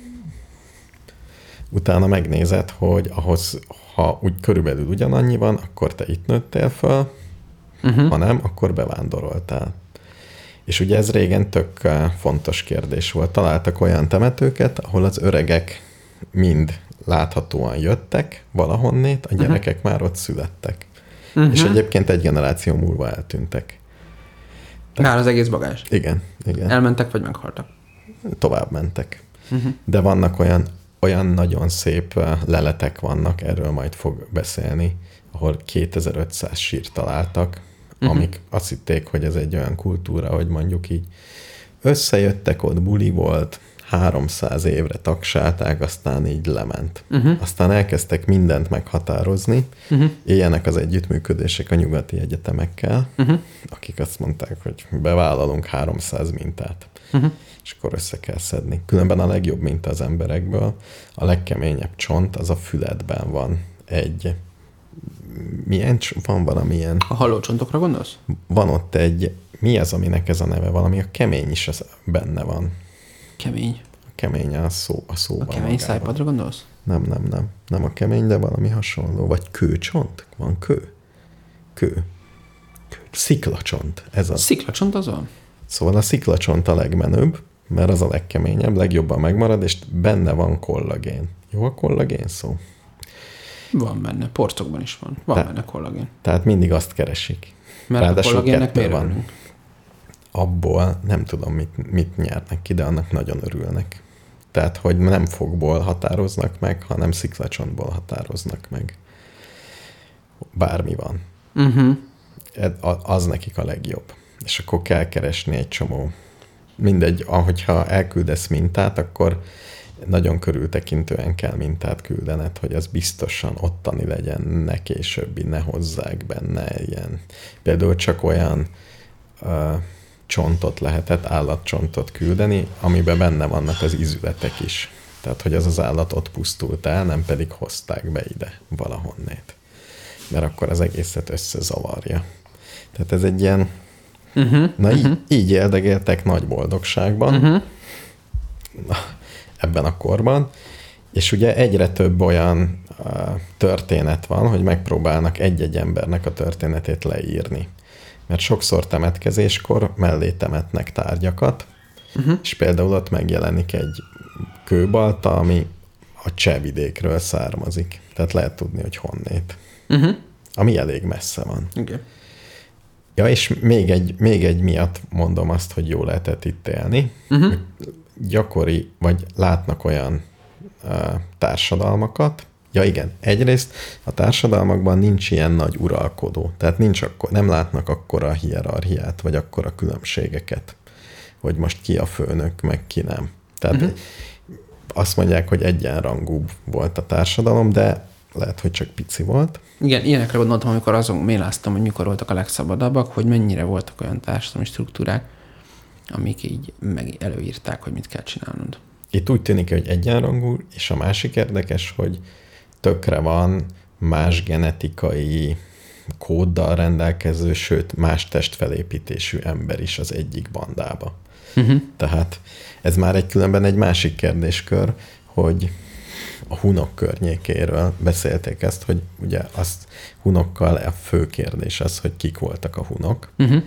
B: utána megnézed, hogy ahhoz, ha úgy körülbelül ugyanannyi van, akkor te itt nőttél föl, uh-huh. ha nem, akkor bevándoroltál. És ugye ez régen tök fontos kérdés volt. Találtak olyan temetőket, ahol az öregek mind láthatóan jöttek valahonnét, a gyerekek uh-huh. már ott születtek. Uh-huh. És egyébként egy generáció múlva eltűntek.
C: Tehát, már az egész bagázs?
B: Igen, igen.
C: Elmentek, vagy meghaltak?
B: Tovább mentek. Uh-huh. De vannak olyan, olyan nagyon szép leletek vannak, erről majd fog beszélni, ahol kétezer-ötszáz sírt találtak, uh-huh. amik azt hitték, hogy ez egy olyan kultúra, hogy mondjuk így összejöttek, ott buli volt, háromszáz évre tagsálták, aztán így lement. Uh-huh. Aztán elkezdtek mindent meghatározni, uh-huh. éljenek az együttműködések a nyugati egyetemekkel, uh-huh. akik azt mondták, hogy bevállalunk háromszáz mintát, uh-huh. és akkor össze kell szedni. Különben a legjobb minta az emberekből, a legkeményebb csont az a füledben van. Egy milyen, van valamilyen...
C: A hallócsontokra gondolsz?
B: Van ott egy, mi az, aminek ez a neve? Valami a kemény is az benne van.
C: Kemény.
B: A kemény a, szó, a szóban.
C: A kemény magában. Szájpadra gondolsz?
B: Nem, nem, nem. Nem a kemény, de valami hasonló. Vagy kőcsont? Van kő? Kő. kő. Sziklacsont. Ez az.
C: Sziklacsont az van?
B: Szóval a sziklacsont a legmenőbb, mert az a legkeményebb, legjobban megmarad, és benne van kollagén. Jó a kollagén szó?
C: Van benne. Porcokban is van. Van Te, benne kollagén.
B: Tehát mindig azt keresik.
C: Mert ráadásul a kollagénnek miért van?
B: Abból nem tudom, mit, mit nyernek ki, de annak nagyon örülnek. Tehát, hogy nem fogból határoznak meg, hanem sziklacsontból határoznak meg. Bármi van. Uh-huh. Az nekik a legjobb. És akkor kell keresni egy csomó. Mindegy, ahogyha elküldesz mintát, akkor nagyon körültekintően kell mintát küldened, hogy az biztosan ottani legyen, ne későbbi, ne hozzák benne ilyen. Például csak olyan uh, csontot lehetett, állatcsontot küldeni, amiben benne vannak az ízületek is. Tehát, hogy az az állat ott pusztult el, nem pedig hozták be ide valahonnét. Mert akkor az egészet összezavarja. Tehát ez egy ilyen... Uh-huh, na, uh-huh. így, így éldegéltek nagy boldogságban uh-huh. na, ebben a korban, és ugye egyre több olyan uh, történet van, hogy megpróbálnak egy-egy embernek a történetét leírni. Mert sokszor temetkezéskor mellé temetnek tárgyakat, uh-huh. és például ott megjelenik egy kőbalta, ami a Csehvidékről származik. Tehát lehet tudni, hogy honnét. Uh-huh. Ami elég messze van.
C: Okay.
B: Ja, és még egy, még egy miatt mondom azt, hogy jó lehetett itt élni. Uh-huh. Hogy gyakori, vagy látnak olyan uh, társadalmakat. Ja igen, egyrészt a társadalmakban nincs ilyen nagy uralkodó. Tehát nincs akkor, nem látnak akkora hierarchiát, vagy akkora különbségeket, hogy most ki a főnök, meg ki nem. Tehát uh-huh. azt mondják, hogy egyenrangúbb volt a társadalom, de lehet, hogy csak pici volt.
C: Igen, ilyenekre gondoltam, amikor azon méláztam, hogy mikor voltak a legszabadabbak, hogy mennyire voltak olyan társadalmi struktúrák, amik így meg előírták, hogy mit kell csinálnod.
B: Itt úgy tűnik, hogy egyenrangú, és a másik érdekes, hogy tökre van más genetikai kóddal rendelkező, sőt, más testfelépítésű ember is az egyik bandába. Uh-huh. Tehát ez már egy különben egy másik kérdéskör, hogy a hunok környékéről beszélték ezt, hogy ugye azt hunokkal a fő kérdés az, hogy kik voltak a hunok, uh-huh.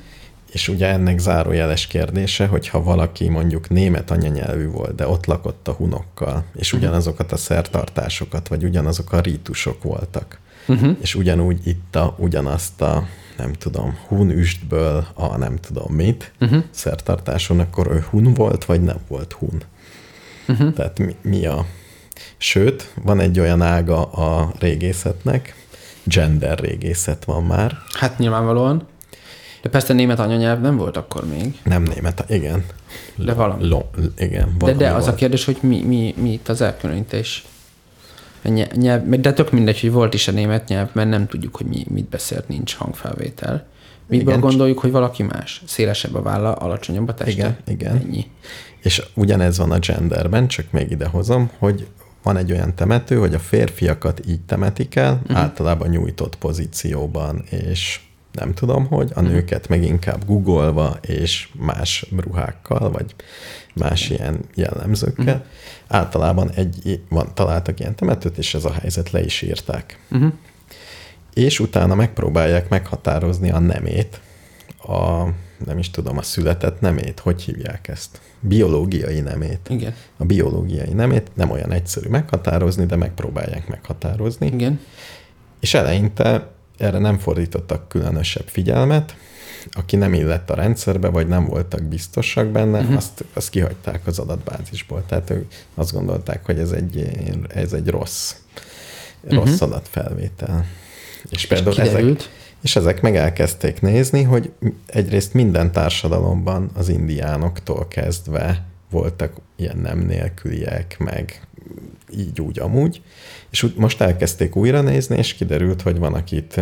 B: És ugye ennek zárójeles kérdése, hogyha valaki mondjuk német anyanyelvű volt, de ott lakott a hunokkal, és ugyanazokat a szertartásokat, vagy ugyanazok a rítusok voltak, uh-huh. és ugyanúgy itta ugyanazt a, nem tudom, hun üstből a nem tudom mit uh-huh. szertartáson, akkor ő hun volt, vagy nem volt hun. Uh-huh. Tehát mi, mi a... Sőt, van egy olyan ága a régészetnek, gender régészet van már.
C: Hát nyilvánvalóan. De persze német anyanyelv nem volt akkor még.
B: Nem német, igen.
C: De valami.
B: Lo, igen, valami
C: de, de az
B: volt.
C: a kérdés, hogy mi, mi, mi itt az elkülönítés. Nyelv, de tök mindegy, hogy volt is a német nyelv, mert nem tudjuk, hogy mi, mit beszélt, nincs hangfelvétel. Miből igen. gondoljuk, hogy valaki más? Szélesebb a válla, alacsonyabb a teste?
B: Igen, igen.
C: Ennyi.
B: És ugyanez van a genderben, csak még idehozom, hogy van egy olyan temető, hogy a férfiakat így temetik el, uh-huh. általában nyújtott pozícióban, és nem tudom, hogy a nőket meg inkább googolva és más ruhákkal, vagy más ilyen jellemzőkkel. Uh-huh. Általában egy, van, találtak ilyen temetőt, és ez a helyzet le is írták. Uh-huh. És utána megpróbálják meghatározni a nemét, a, nem is tudom, a született nemét, hogy hívják ezt? Biológiai nemét.
C: Igen. A
B: biológiai nemét nem olyan egyszerű meghatározni, de megpróbálják meghatározni.
C: Igen.
B: És eleinte erre nem fordítottak különösebb figyelmet, aki nem illett a rendszerbe, vagy nem voltak biztosak benne, uh-huh. azt, azt kihagyták az adatbázisból. Tehát ők azt gondolták, hogy ez egy, ez egy rossz, uh-huh. rossz adatfelvétel. És, és például ezek, és ezek meg elkezdték nézni, hogy egyrészt minden társadalomban az indiánoktól kezdve voltak ilyen nem nélküliek, meg így úgy amúgy, és most elkezdték újra nézni, és kiderült, hogy van, akit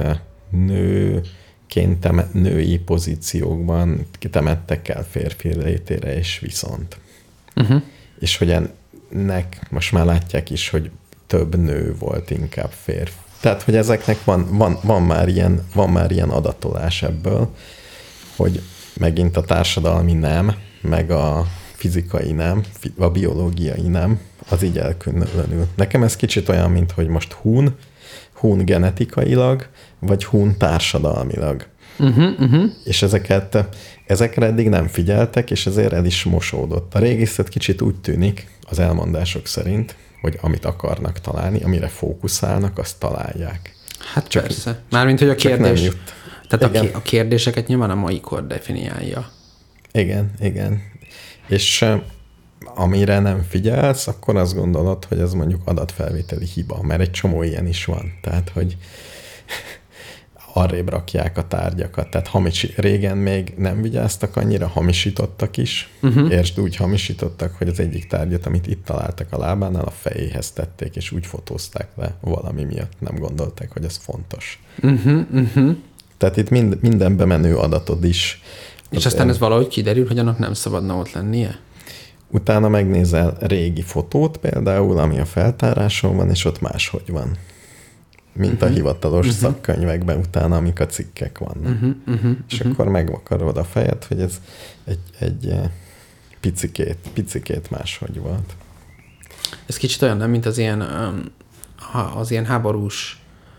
B: nőként temet, női pozíciókban temettek el férfi létére, és viszont. Uh-huh. És hogy ennek most már látják is, hogy több nő volt, inkább férfi. Tehát, hogy ezeknek van, van, van, már ilyen, van már ilyen adatolás ebből, hogy megint a társadalmi nem, meg a fizikai nem, a biológiai nem, az így elkülönül. Nekem ez kicsit olyan, mint hogy most hun, hun genetikailag, vagy hun társadalmilag. Uh-huh, uh-huh. És ezeket, ezekre eddig nem figyeltek, és ezért el is mosódott. A régészet kicsit úgy tűnik, az elmondások szerint, hogy amit akarnak találni, amire fókuszálnak, azt találják.
C: Hát csak, persze. Mármint, hogy a kérdés... Tehát
B: igen.
C: a kérdéseket nyilván a mai kor definiálja.
B: Igen, igen. És amire nem figyelsz, akkor azt gondolod, hogy ez mondjuk adatfelvételi hiba, mert egy csomó ilyen is van. Tehát, hogy arrébb rakják a tárgyakat. Tehát hamis, régen még nem vigyáztak annyira, hamisítottak is. Uh-huh. Értsd, úgy hamisítottak, hogy az egyik tárgyat, amit itt találtak a lábánál, a fejéhez tették, és úgy fotózták le valami miatt. Nem gondolták, hogy ez fontos. Uh-huh, uh-huh. Tehát itt mind, minden bemenő adatod is.
C: És aztán ez valahogy kiderül, hogy annak nem szabadna ott lennie?
B: Utána megnézel régi fotót például, ami a feltáráson van, és ott máshogy van. Mint uh-huh. a hivatalos uh-huh. szakkönyvekben utána, amik a cikkek vannak. Uh-huh. Uh-huh. És uh-huh. akkor megvakarod a fejed, hogy ez egy, egy picikét, picikét máshogy volt.
C: Ez kicsit olyan, nem, mint az ilyen, az ilyen háborús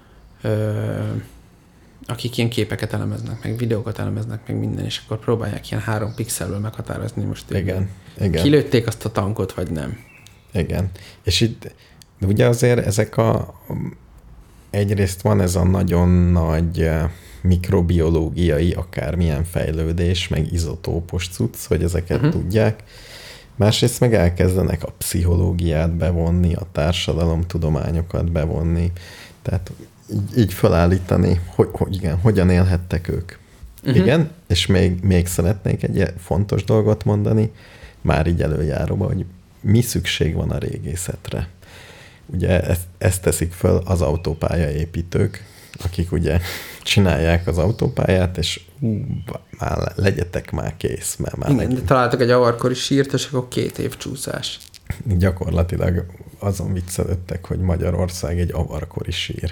C: akik ilyen képeket elemeznek, meg videókat elemeznek, meg minden, és akkor próbálják ilyen három pixelből meghatározni most.
B: Igen, igen.
C: Kilőtték azt a tankot, vagy nem.
B: Igen. És itt de ugye azért ezek a egyrészt van ez a nagyon nagy mikrobiológiai akármilyen fejlődés, meg izotópos cucc, hogy ezeket uh-huh. tudják. Másrészt meg elkezdenek a pszichológiát bevonni, a társadalomtudományokat bevonni. Tehát így, így felállítani, hogy, hogy igen, hogyan élhettek ők. Uh-huh. Igen, és még, még szeretnék egy fontos dolgot mondani, már így előjáróba, hogy mi szükség van a régészetre. Ugye ezt, ezt teszik föl az autópályaépítők, akik ugye csinálják az autópályát, és ú, már legyetek már kész. Mert már
C: igen, de találtak egy avarkori sírt, és akkor két év csúszás.
B: Gyakorlatilag azon viccelődtek, hogy Magyarország egy avarkori sír.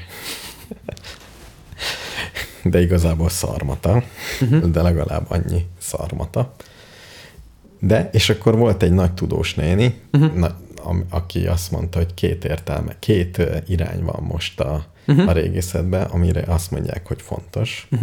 B: De igazából szarmata, uh-huh. de legalább annyi szarmata. De, és akkor volt egy nagy tudós néni, uh-huh. na, aki azt mondta, hogy két értelme, két irány van most a, uh-huh. a régészetben, amire azt mondják, hogy fontos. Uh-huh.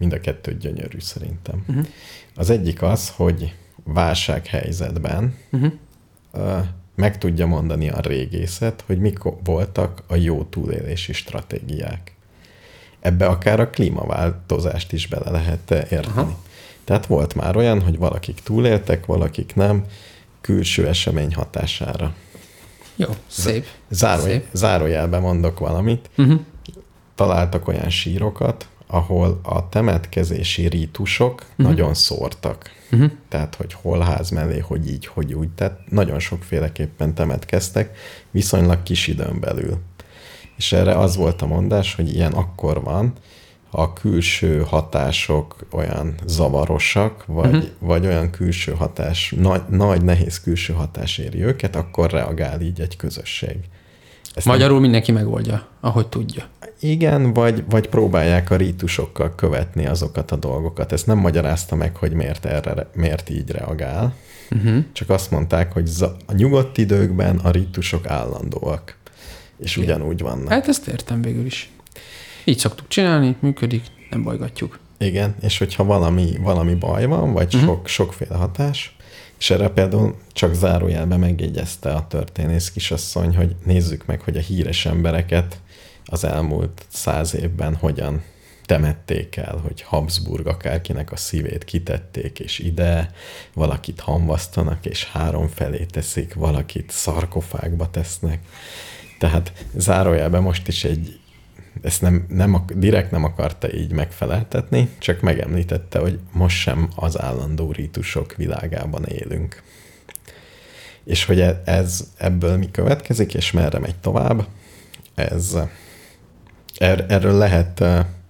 B: mind a kettő gyönyörű szerintem. Uh-huh. Az egyik az, hogy válsághelyzetben uh-huh. uh, meg tudja mondani a régészet, hogy mik voltak a jó túlélési stratégiák. Ebbe akár a klímaváltozást is bele lehet érteni. Aha. Tehát volt már olyan, hogy valakik túléltek, valakik nem, külső esemény hatására.
C: Jó, szép.
B: Zárój, szép. Zárójelben mondok valamit. Uh-huh. Találtak olyan sírokat, ahol a temetkezési rítusok uh-huh. nagyon szórtak. Uh-huh. Tehát, hogy hol ház mellé, hogy így, hogy úgy. Tehát nagyon sokféleképpen temetkeztek, viszonylag kis időn belül. És erre az volt a mondás, hogy ilyen akkor van, ha a külső hatások olyan zavarosak, vagy, uh-huh. vagy olyan külső hatás, nagy, nagy, nehéz külső hatás éri őket, akkor reagál így egy közösség.
C: Ezt Magyarul nem... mindenki megoldja, ahogy tudja.
B: Igen, vagy, vagy próbálják a rítusokkal követni azokat a dolgokat. Ezt nem magyarázta meg, hogy miért, erre, miért így reagál. Uh-huh. Csak azt mondták, hogy a nyugodt időkben a rítusok állandóak. És igen. ugyanúgy vannak.
C: Hát ezt értem végül is. Így szoktuk csinálni, működik, nem bajgatjuk.
B: Igen, és hogyha valami, valami baj van, vagy uh-huh. sok, sokféle hatás, és erre például csak zárójelben megjegyezte a történész kisasszony, hogy nézzük meg, hogy a híres embereket az elmúlt száz évben hogyan temették el, hogy Habsburg akárkinek a szívét kitették, és ide valakit hamvasztanak, és három felé teszik, valakit szarkofágba tesznek. Tehát zárójelben most is egy, ezt nem, nem, direkt nem akarta így megfeleltetni, csak megemlítette, hogy most sem az állandó rítusok világában élünk. És hogy ez, ebből mi következik, és merre megy tovább, ez, er, erről lehet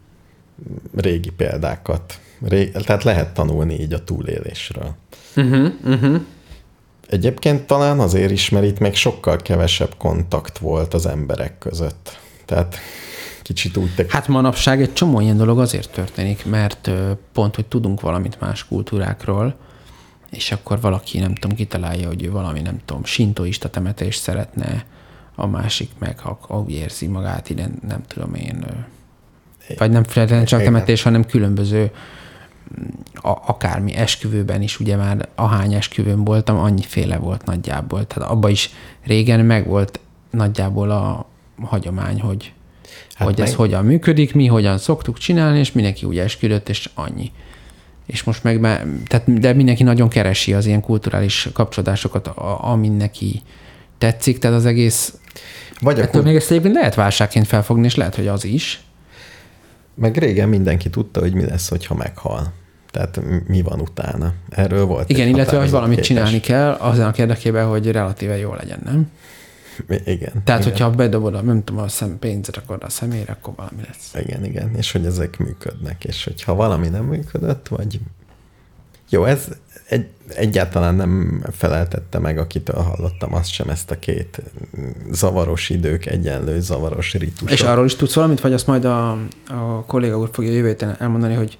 B: régi példákat, ré, tehát lehet tanulni így a túlélésről. Uh-huh, uh-huh. Egyébként talán azért is, mert itt még sokkal kevesebb kontakt volt az emberek között. Tehát kicsit úgy... Te...
C: Hát manapság egy csomó ilyen dolog azért történik, mert pont, hogy tudunk valamit más kultúrákról, és akkor valaki, nem tudom, kitalálja, hogy ő valami, nem tudom, sintoista temetést szeretne, a másik meg, ha úgy érzi magát, ide, nem tudom én, vagy nem feltétlenül csak temetés, hanem különböző a, akármi esküvőben is, ugye már ahány esküvőn voltam, annyiféle volt nagyjából. Tehát abban is régen megvolt nagyjából a hagyomány, hogy, hát hogy meg... ez hogyan működik, mi hogyan szoktuk csinálni, és mindenki úgy esküdött, és annyi. És most meg, tehát, de mindenki nagyon keresi az ilyen kulturális kapcsolódásokat, ami neki tetszik, tehát az egész, vagy ettől akkor... még ezt egyébként lehet válságként felfogni, és lehet, hogy az is.
B: Meg régen mindenki tudta, hogy mi lesz, hogyha meghal. Tehát mi van utána. Erről volt.
C: Igen, illetve, hogy valamit képes. Csinálni kell, azon érdekében, hogy relatíve jól legyen, nem?
B: Igen.
C: Tehát,
B: igen.
C: hogyha bedobod a, nem tudom, a szem, pénzet, akkor a személyre, akkor valami lesz.
B: Igen, igen. És hogy ezek működnek. És hogyha valami nem működött, vagy... Jó, ez egy, egyáltalán nem feleltette meg, akitől hallottam azt sem, ezt a két zavaros idők, egyenlő zavaros ritusok.
C: És arról is tudsz valamit, vagy azt majd a, a kolléga úr fogja jövő héten elmondani, hogy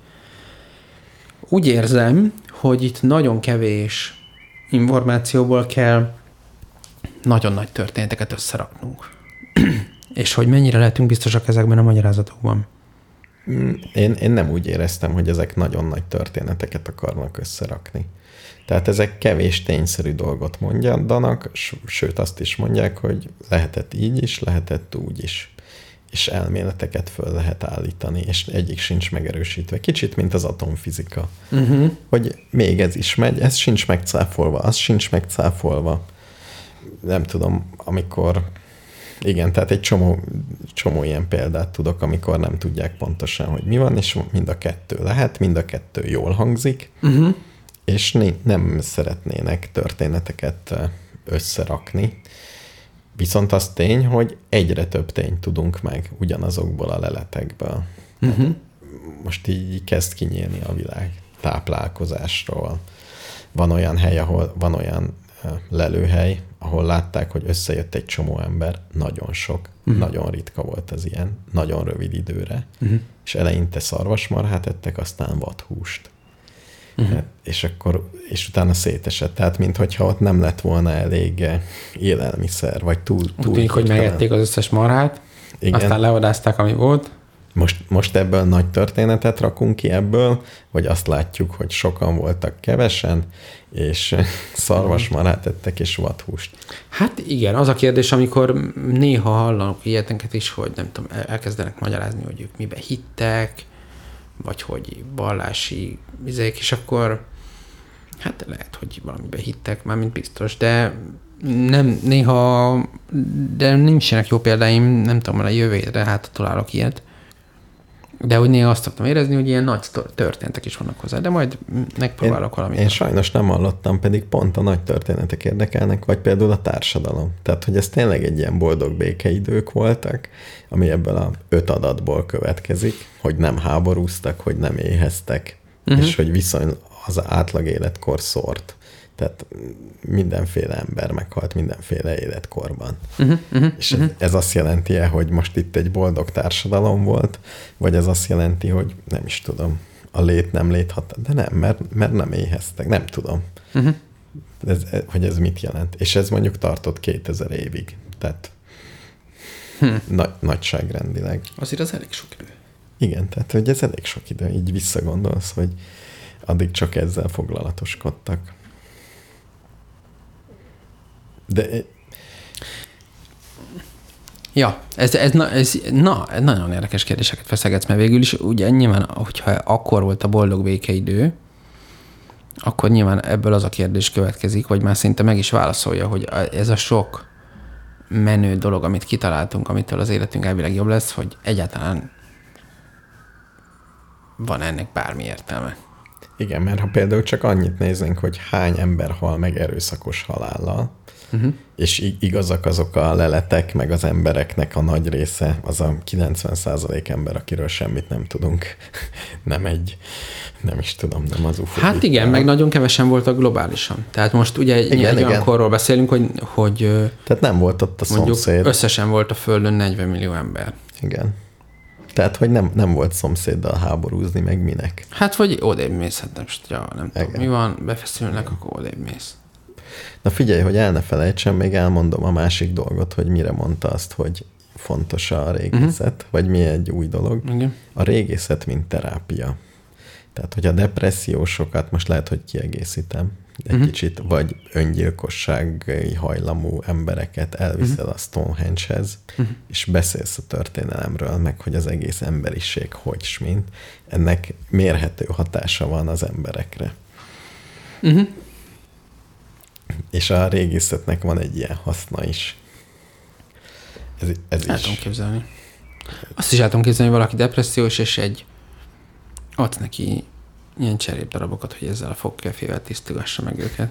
C: úgy érzem, hogy itt nagyon kevés információból kell nagyon nagy történeteket összeraknunk. És hogy mennyire lehetünk biztosak ezekben a magyarázatokban.
B: Én, én nem úgy éreztem, hogy ezek nagyon nagy történeteket akarnak összerakni. Tehát ezek kevés tényszerű dolgot mondjanak, sőt azt is mondják, hogy lehetett így is, lehetett úgy is. És elméleteket föl lehet állítani, és egyik sincs megerősítve. Kicsit, mint az atomfizika. Uh-huh. Hogy még ez is megy, ez sincs megcáfolva, az sincs megcáfolva. Nem tudom, amikor... Igen, tehát egy csomó, csomó ilyen példát tudok, amikor nem tudják pontosan, hogy mi van, és mind a kettő lehet, mind a kettő jól hangzik, uh-huh. és nem szeretnének történeteket összerakni. Viszont az tény, hogy egyre több tényt tudunk meg ugyanazokból a leletekből. Uh-huh. Most így kezd kinyílni a világ táplálkozásról. Van olyan hely, ahol van olyan lelőhely, ahol látták, hogy összejött egy csomó ember, nagyon sok, uh-huh. nagyon ritka volt az ilyen, nagyon rövid időre, uh-huh. és eleinte szarvasmarhát ettek, aztán vadhúst. Uh-huh. Hát, és akkor, és utána szétesett. Tehát, minthogyha ott nem lett volna elég élelmiszer, vagy túl... túl
C: Úgy tűnik, hogy megették az összes marhát, igen. Aztán leodázták, ami volt.
B: Most, most ebből nagy történetet rakunk ki ebből, vagy azt látjuk, hogy sokan voltak kevesen, és szarvasmarhát ettek, és vadhúst.
C: Hát igen, az a kérdés, amikor néha hallanak ilyeneket is, hogy nem tudom, elkezdenek magyarázni, hogy ők mibe hittek, vagy hogy vallási vizék, és akkor hát lehet, hogy valamibe hittek, mármint biztos, de nem, néha, de nincsenek jó példáim, nem tudom, a jövő hétre hát találok ilyet, de úgy néha azt szoktam érezni, hogy ilyen nagy történetek is vannak hozzá, de majd megpróbálok
B: én,
C: valamit.
B: Én sajnos nem hallottam, pedig pont a nagy történetek érdekelnek, vagy például a társadalom. Tehát, hogy ez tényleg egy ilyen boldog békeidők voltak, ami ebből a öt adatból következik, hogy nem háborúztak, hogy nem éheztek, uh-huh. és hogy viszony az átlag életkor szórt. Tehát mindenféle ember meghalt mindenféle életkorban. Uh-huh, uh-huh, és ez, uh-huh. ez azt jelenti, hogy most itt egy boldog társadalom volt, vagy ez azt jelenti, hogy nem is tudom, a lét nem léthat, de nem, mert, mert nem éheztek, nem tudom, uh-huh. ez, hogy ez mit jelent. És ez mondjuk tartott kétezer évig, tehát hmm. nagy, nagyságrendileg.
C: Azért az elég sok idő.
B: Igen, tehát hogy ez elég sok idő, így visszagondolsz, hogy addig csak ezzel foglalatoskodtak. De...
C: Ja, ez, ez, na, ez, na, ez nagyon érdekes kérdéseket feszegetsz, mert végül is ugye nyilván, hogyha akkor volt a boldog békeidő, akkor nyilván ebből az a kérdés következik, vagy már szinte meg is válaszolja, hogy ez a sok menő dolog, amit kitaláltunk, amitől az életünk elvileg jobb lesz, hogy egyáltalán van ennek bármi értelme.
B: Igen, mert ha például csak annyit néznénk, hogy hány ember hal meg erőszakos halállal, uh-huh. és igazak azok a leletek, meg az embereknek a nagy része, az a kilencven százalék ember, akiről semmit nem tudunk. Nem egy, nem is tudom, nem az ufó.
C: Hát igen, meg nagyon kevesen voltak globálisan. Tehát most ugye egy, igen, egy igen. olyan korról beszélünk, hogy, hogy
B: tehát nem volt ott a
C: mondjuk
B: szomszéd.
C: Összesen volt a Földön negyven millió ember.
B: Igen. Tehát, hogy nem, nem volt szomszéddal háborúzni, meg minek.
C: Hát, vagy odébb mész, hát nem, ja, nem tudom, mi van, befeszülnek, akkor odébb mész.
B: Na figyelj, hogy el ne felejtsem, még elmondom a másik dolgot, hogy mire mondta azt, hogy fontos a régészet, uh-huh. vagy mi egy új dolog.
C: Igen.
B: A régészet, mint terápia. Tehát, hogy a depressziósokat, most lehet, hogy kiegészítem, egy uh-huh. kicsit, vagy öngyilkossági hajlamú embereket elviszel uh-huh. a Stonehenge-hez, uh-huh. és beszélsz a történelemről, meg hogy az egész emberiség hogy mint. Ennek mérhető hatása van az emberekre. Uh-huh. És a régészetnek van egy ilyen haszna is. Ez, ez
C: el
B: is.
C: tudom képzelni. Azt is el tudom képzelni, hogy valaki depressziós, és egy adsz neki ilyen cserépdarabokat, hogy ezzel a fogkefével tisztulgassa meg őket.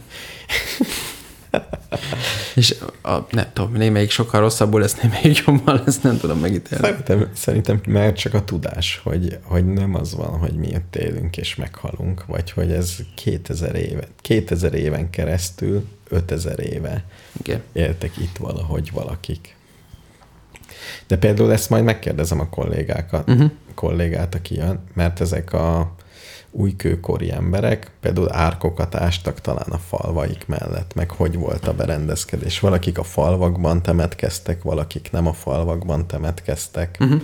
C: És a, nem tudom, némelyik sokkal rosszabbul lesz, némelyik jobban lesz, nem tudom megítélni.
B: Szerintem, szerintem már csak a tudás, hogy, hogy nem az van, hogy mi ott élünk és meghalunk, vagy hogy ez kétezer éve, kétezer éven keresztül, ötezer éve
C: igen.
B: éltek itt valahogy valakik. De például ezt majd megkérdezem a kollégákat, uh-huh. kollégát, aki jön, mert ezek a újkőkori emberek például árkokat ástak talán a falvaik mellett, meg hogy volt a berendezkedés. Valakik a falvakban temetkeztek, valakik nem a falvakban temetkeztek. Uh-huh.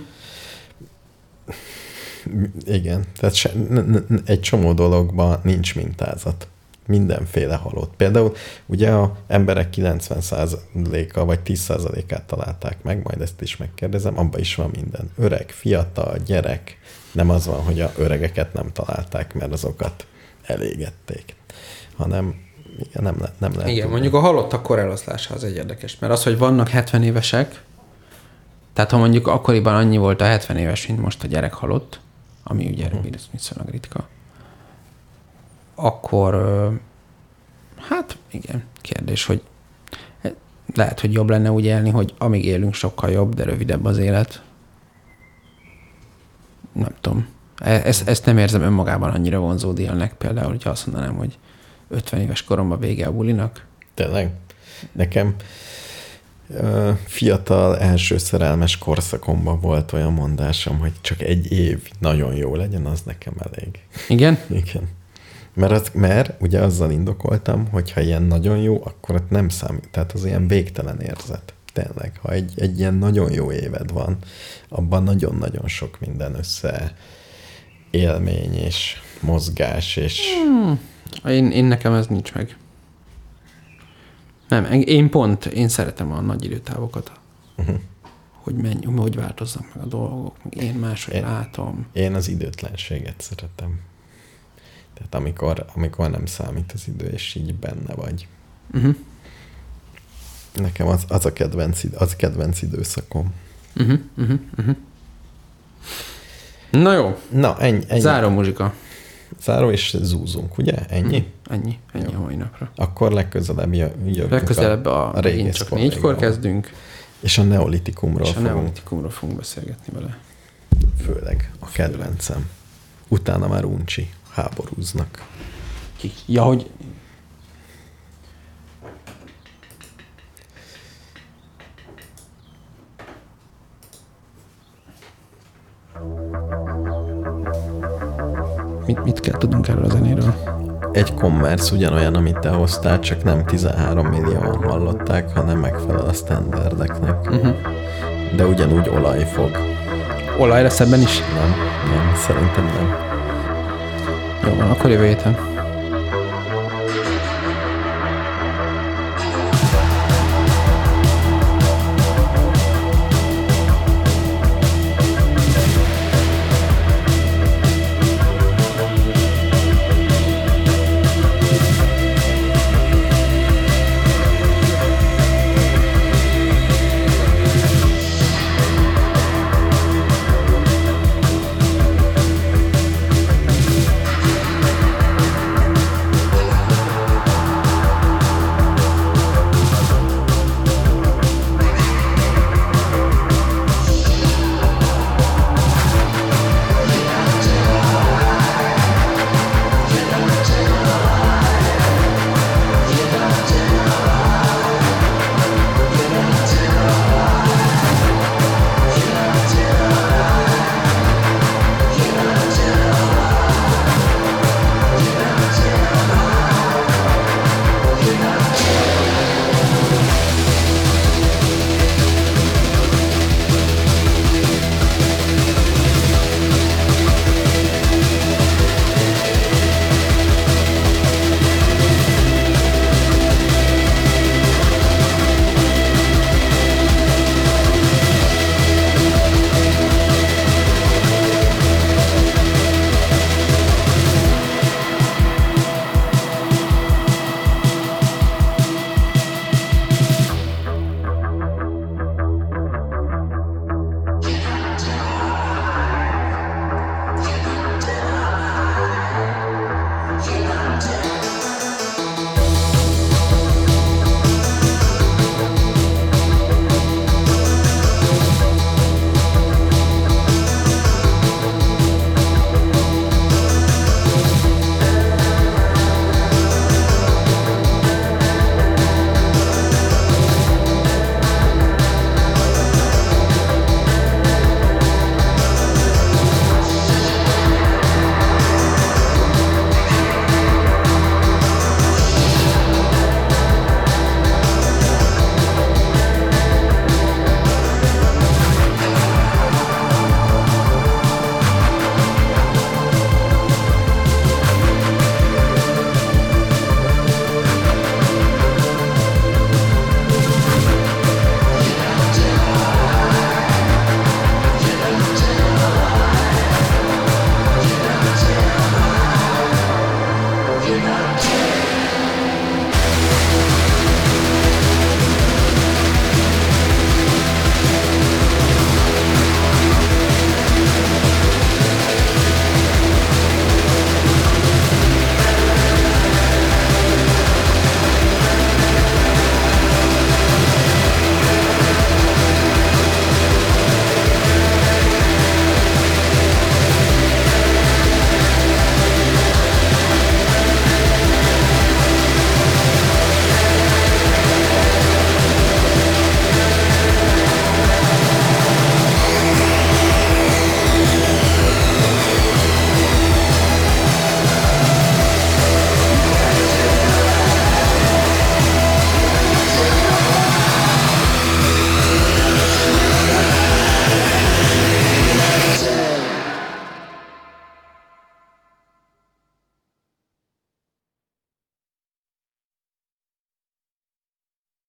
B: Igen, tehát se, n- n- egy csomó dologban nincs mintázat. Mindenféle halott. Például ugye az emberek kilencven százaléka vagy tíz százalékát találták meg, majd ezt is megkérdezem, abban is van minden. Öreg, fiatal, gyerek. Nem az van, hogy a öregeket nem találták, mert azokat elégették, hanem igen, nem, le, nem lehet.
C: Igen,
B: tudni.
C: mondjuk a halottak koreloszlása az egy érdekes, mert az, hogy vannak hetven évesek, tehát ha mondjuk akkoriban annyi volt a hetven éves, mint most a gyerek halott, ami ugye uh-huh. viszonylag ritka, akkor hát igen, kérdés, hogy lehet, hogy jobb lenne úgy élni, hogy amíg élünk, sokkal jobb, de rövidebb az élet. Nem tudom. Ezt, ezt nem érzem önmagában annyira vonzó dílnek például, hogyha azt mondanám, hogy ötven éves koromban vége a bulinak. Tényleg?
B: Nekem uh, fiatal, első szerelmes korszakomban volt olyan mondásom, hogy csak egy év nagyon jó legyen, az nekem elég.
C: Igen?
B: Igen. Mert, az, mert ugye azzal indokoltam, hogy ha ilyen nagyon jó, akkor ott nem számít. Tehát az ilyen végtelen érzet. tényleg, ha egy, egy ilyen nagyon jó éved van, abban nagyon-nagyon sok minden össze élmény és mozgás, és...
C: Hmm. Én, én nekem ez nincs meg. Nem, én pont, én szeretem a nagy időtávokat. Uh-huh. Hogy menj, hogy változnak meg a dolgok, én máshogy én, látom.
B: Én az időtlenséget szeretem. Tehát amikor, amikor nem számít az idő, és így benne vagy. Uh-huh. Nekem az, az, a kedvenc, az a kedvenc időszakom.
C: Uh-huh, uh-huh, uh-huh. Na jó.
B: Na, ennyi, ennyi.
C: Záró muzsika.
B: Záró és zúzunk, ugye? Ennyi?
C: Uh-huh. Ennyi, ennyi jó. A mai napra.
B: Akkor legközelebb jövünk
C: legközelebb a, a régész csak négykor kezdünk.
B: És a neolitikumról
C: és a
B: fogunk.
C: neolitikumról fogunk beszélgetni vele.
B: Főleg a kedvencem. Utána már uncsi. Háborúznak.
C: Ki? Ja, hogy... Mit, mit kell tudnunk erről a zenéről?
B: Egy kommersz ugyanolyan, amit te hoztál, csak nem tizenhárom millióan hallották, hanem megfelel a standardeknek. Uh-huh. De ugyanúgy olaj fog.
C: Olaj lesz ebben is?
B: Nem, nem, szerintem nem.
C: Jó van, akkor jövő héten.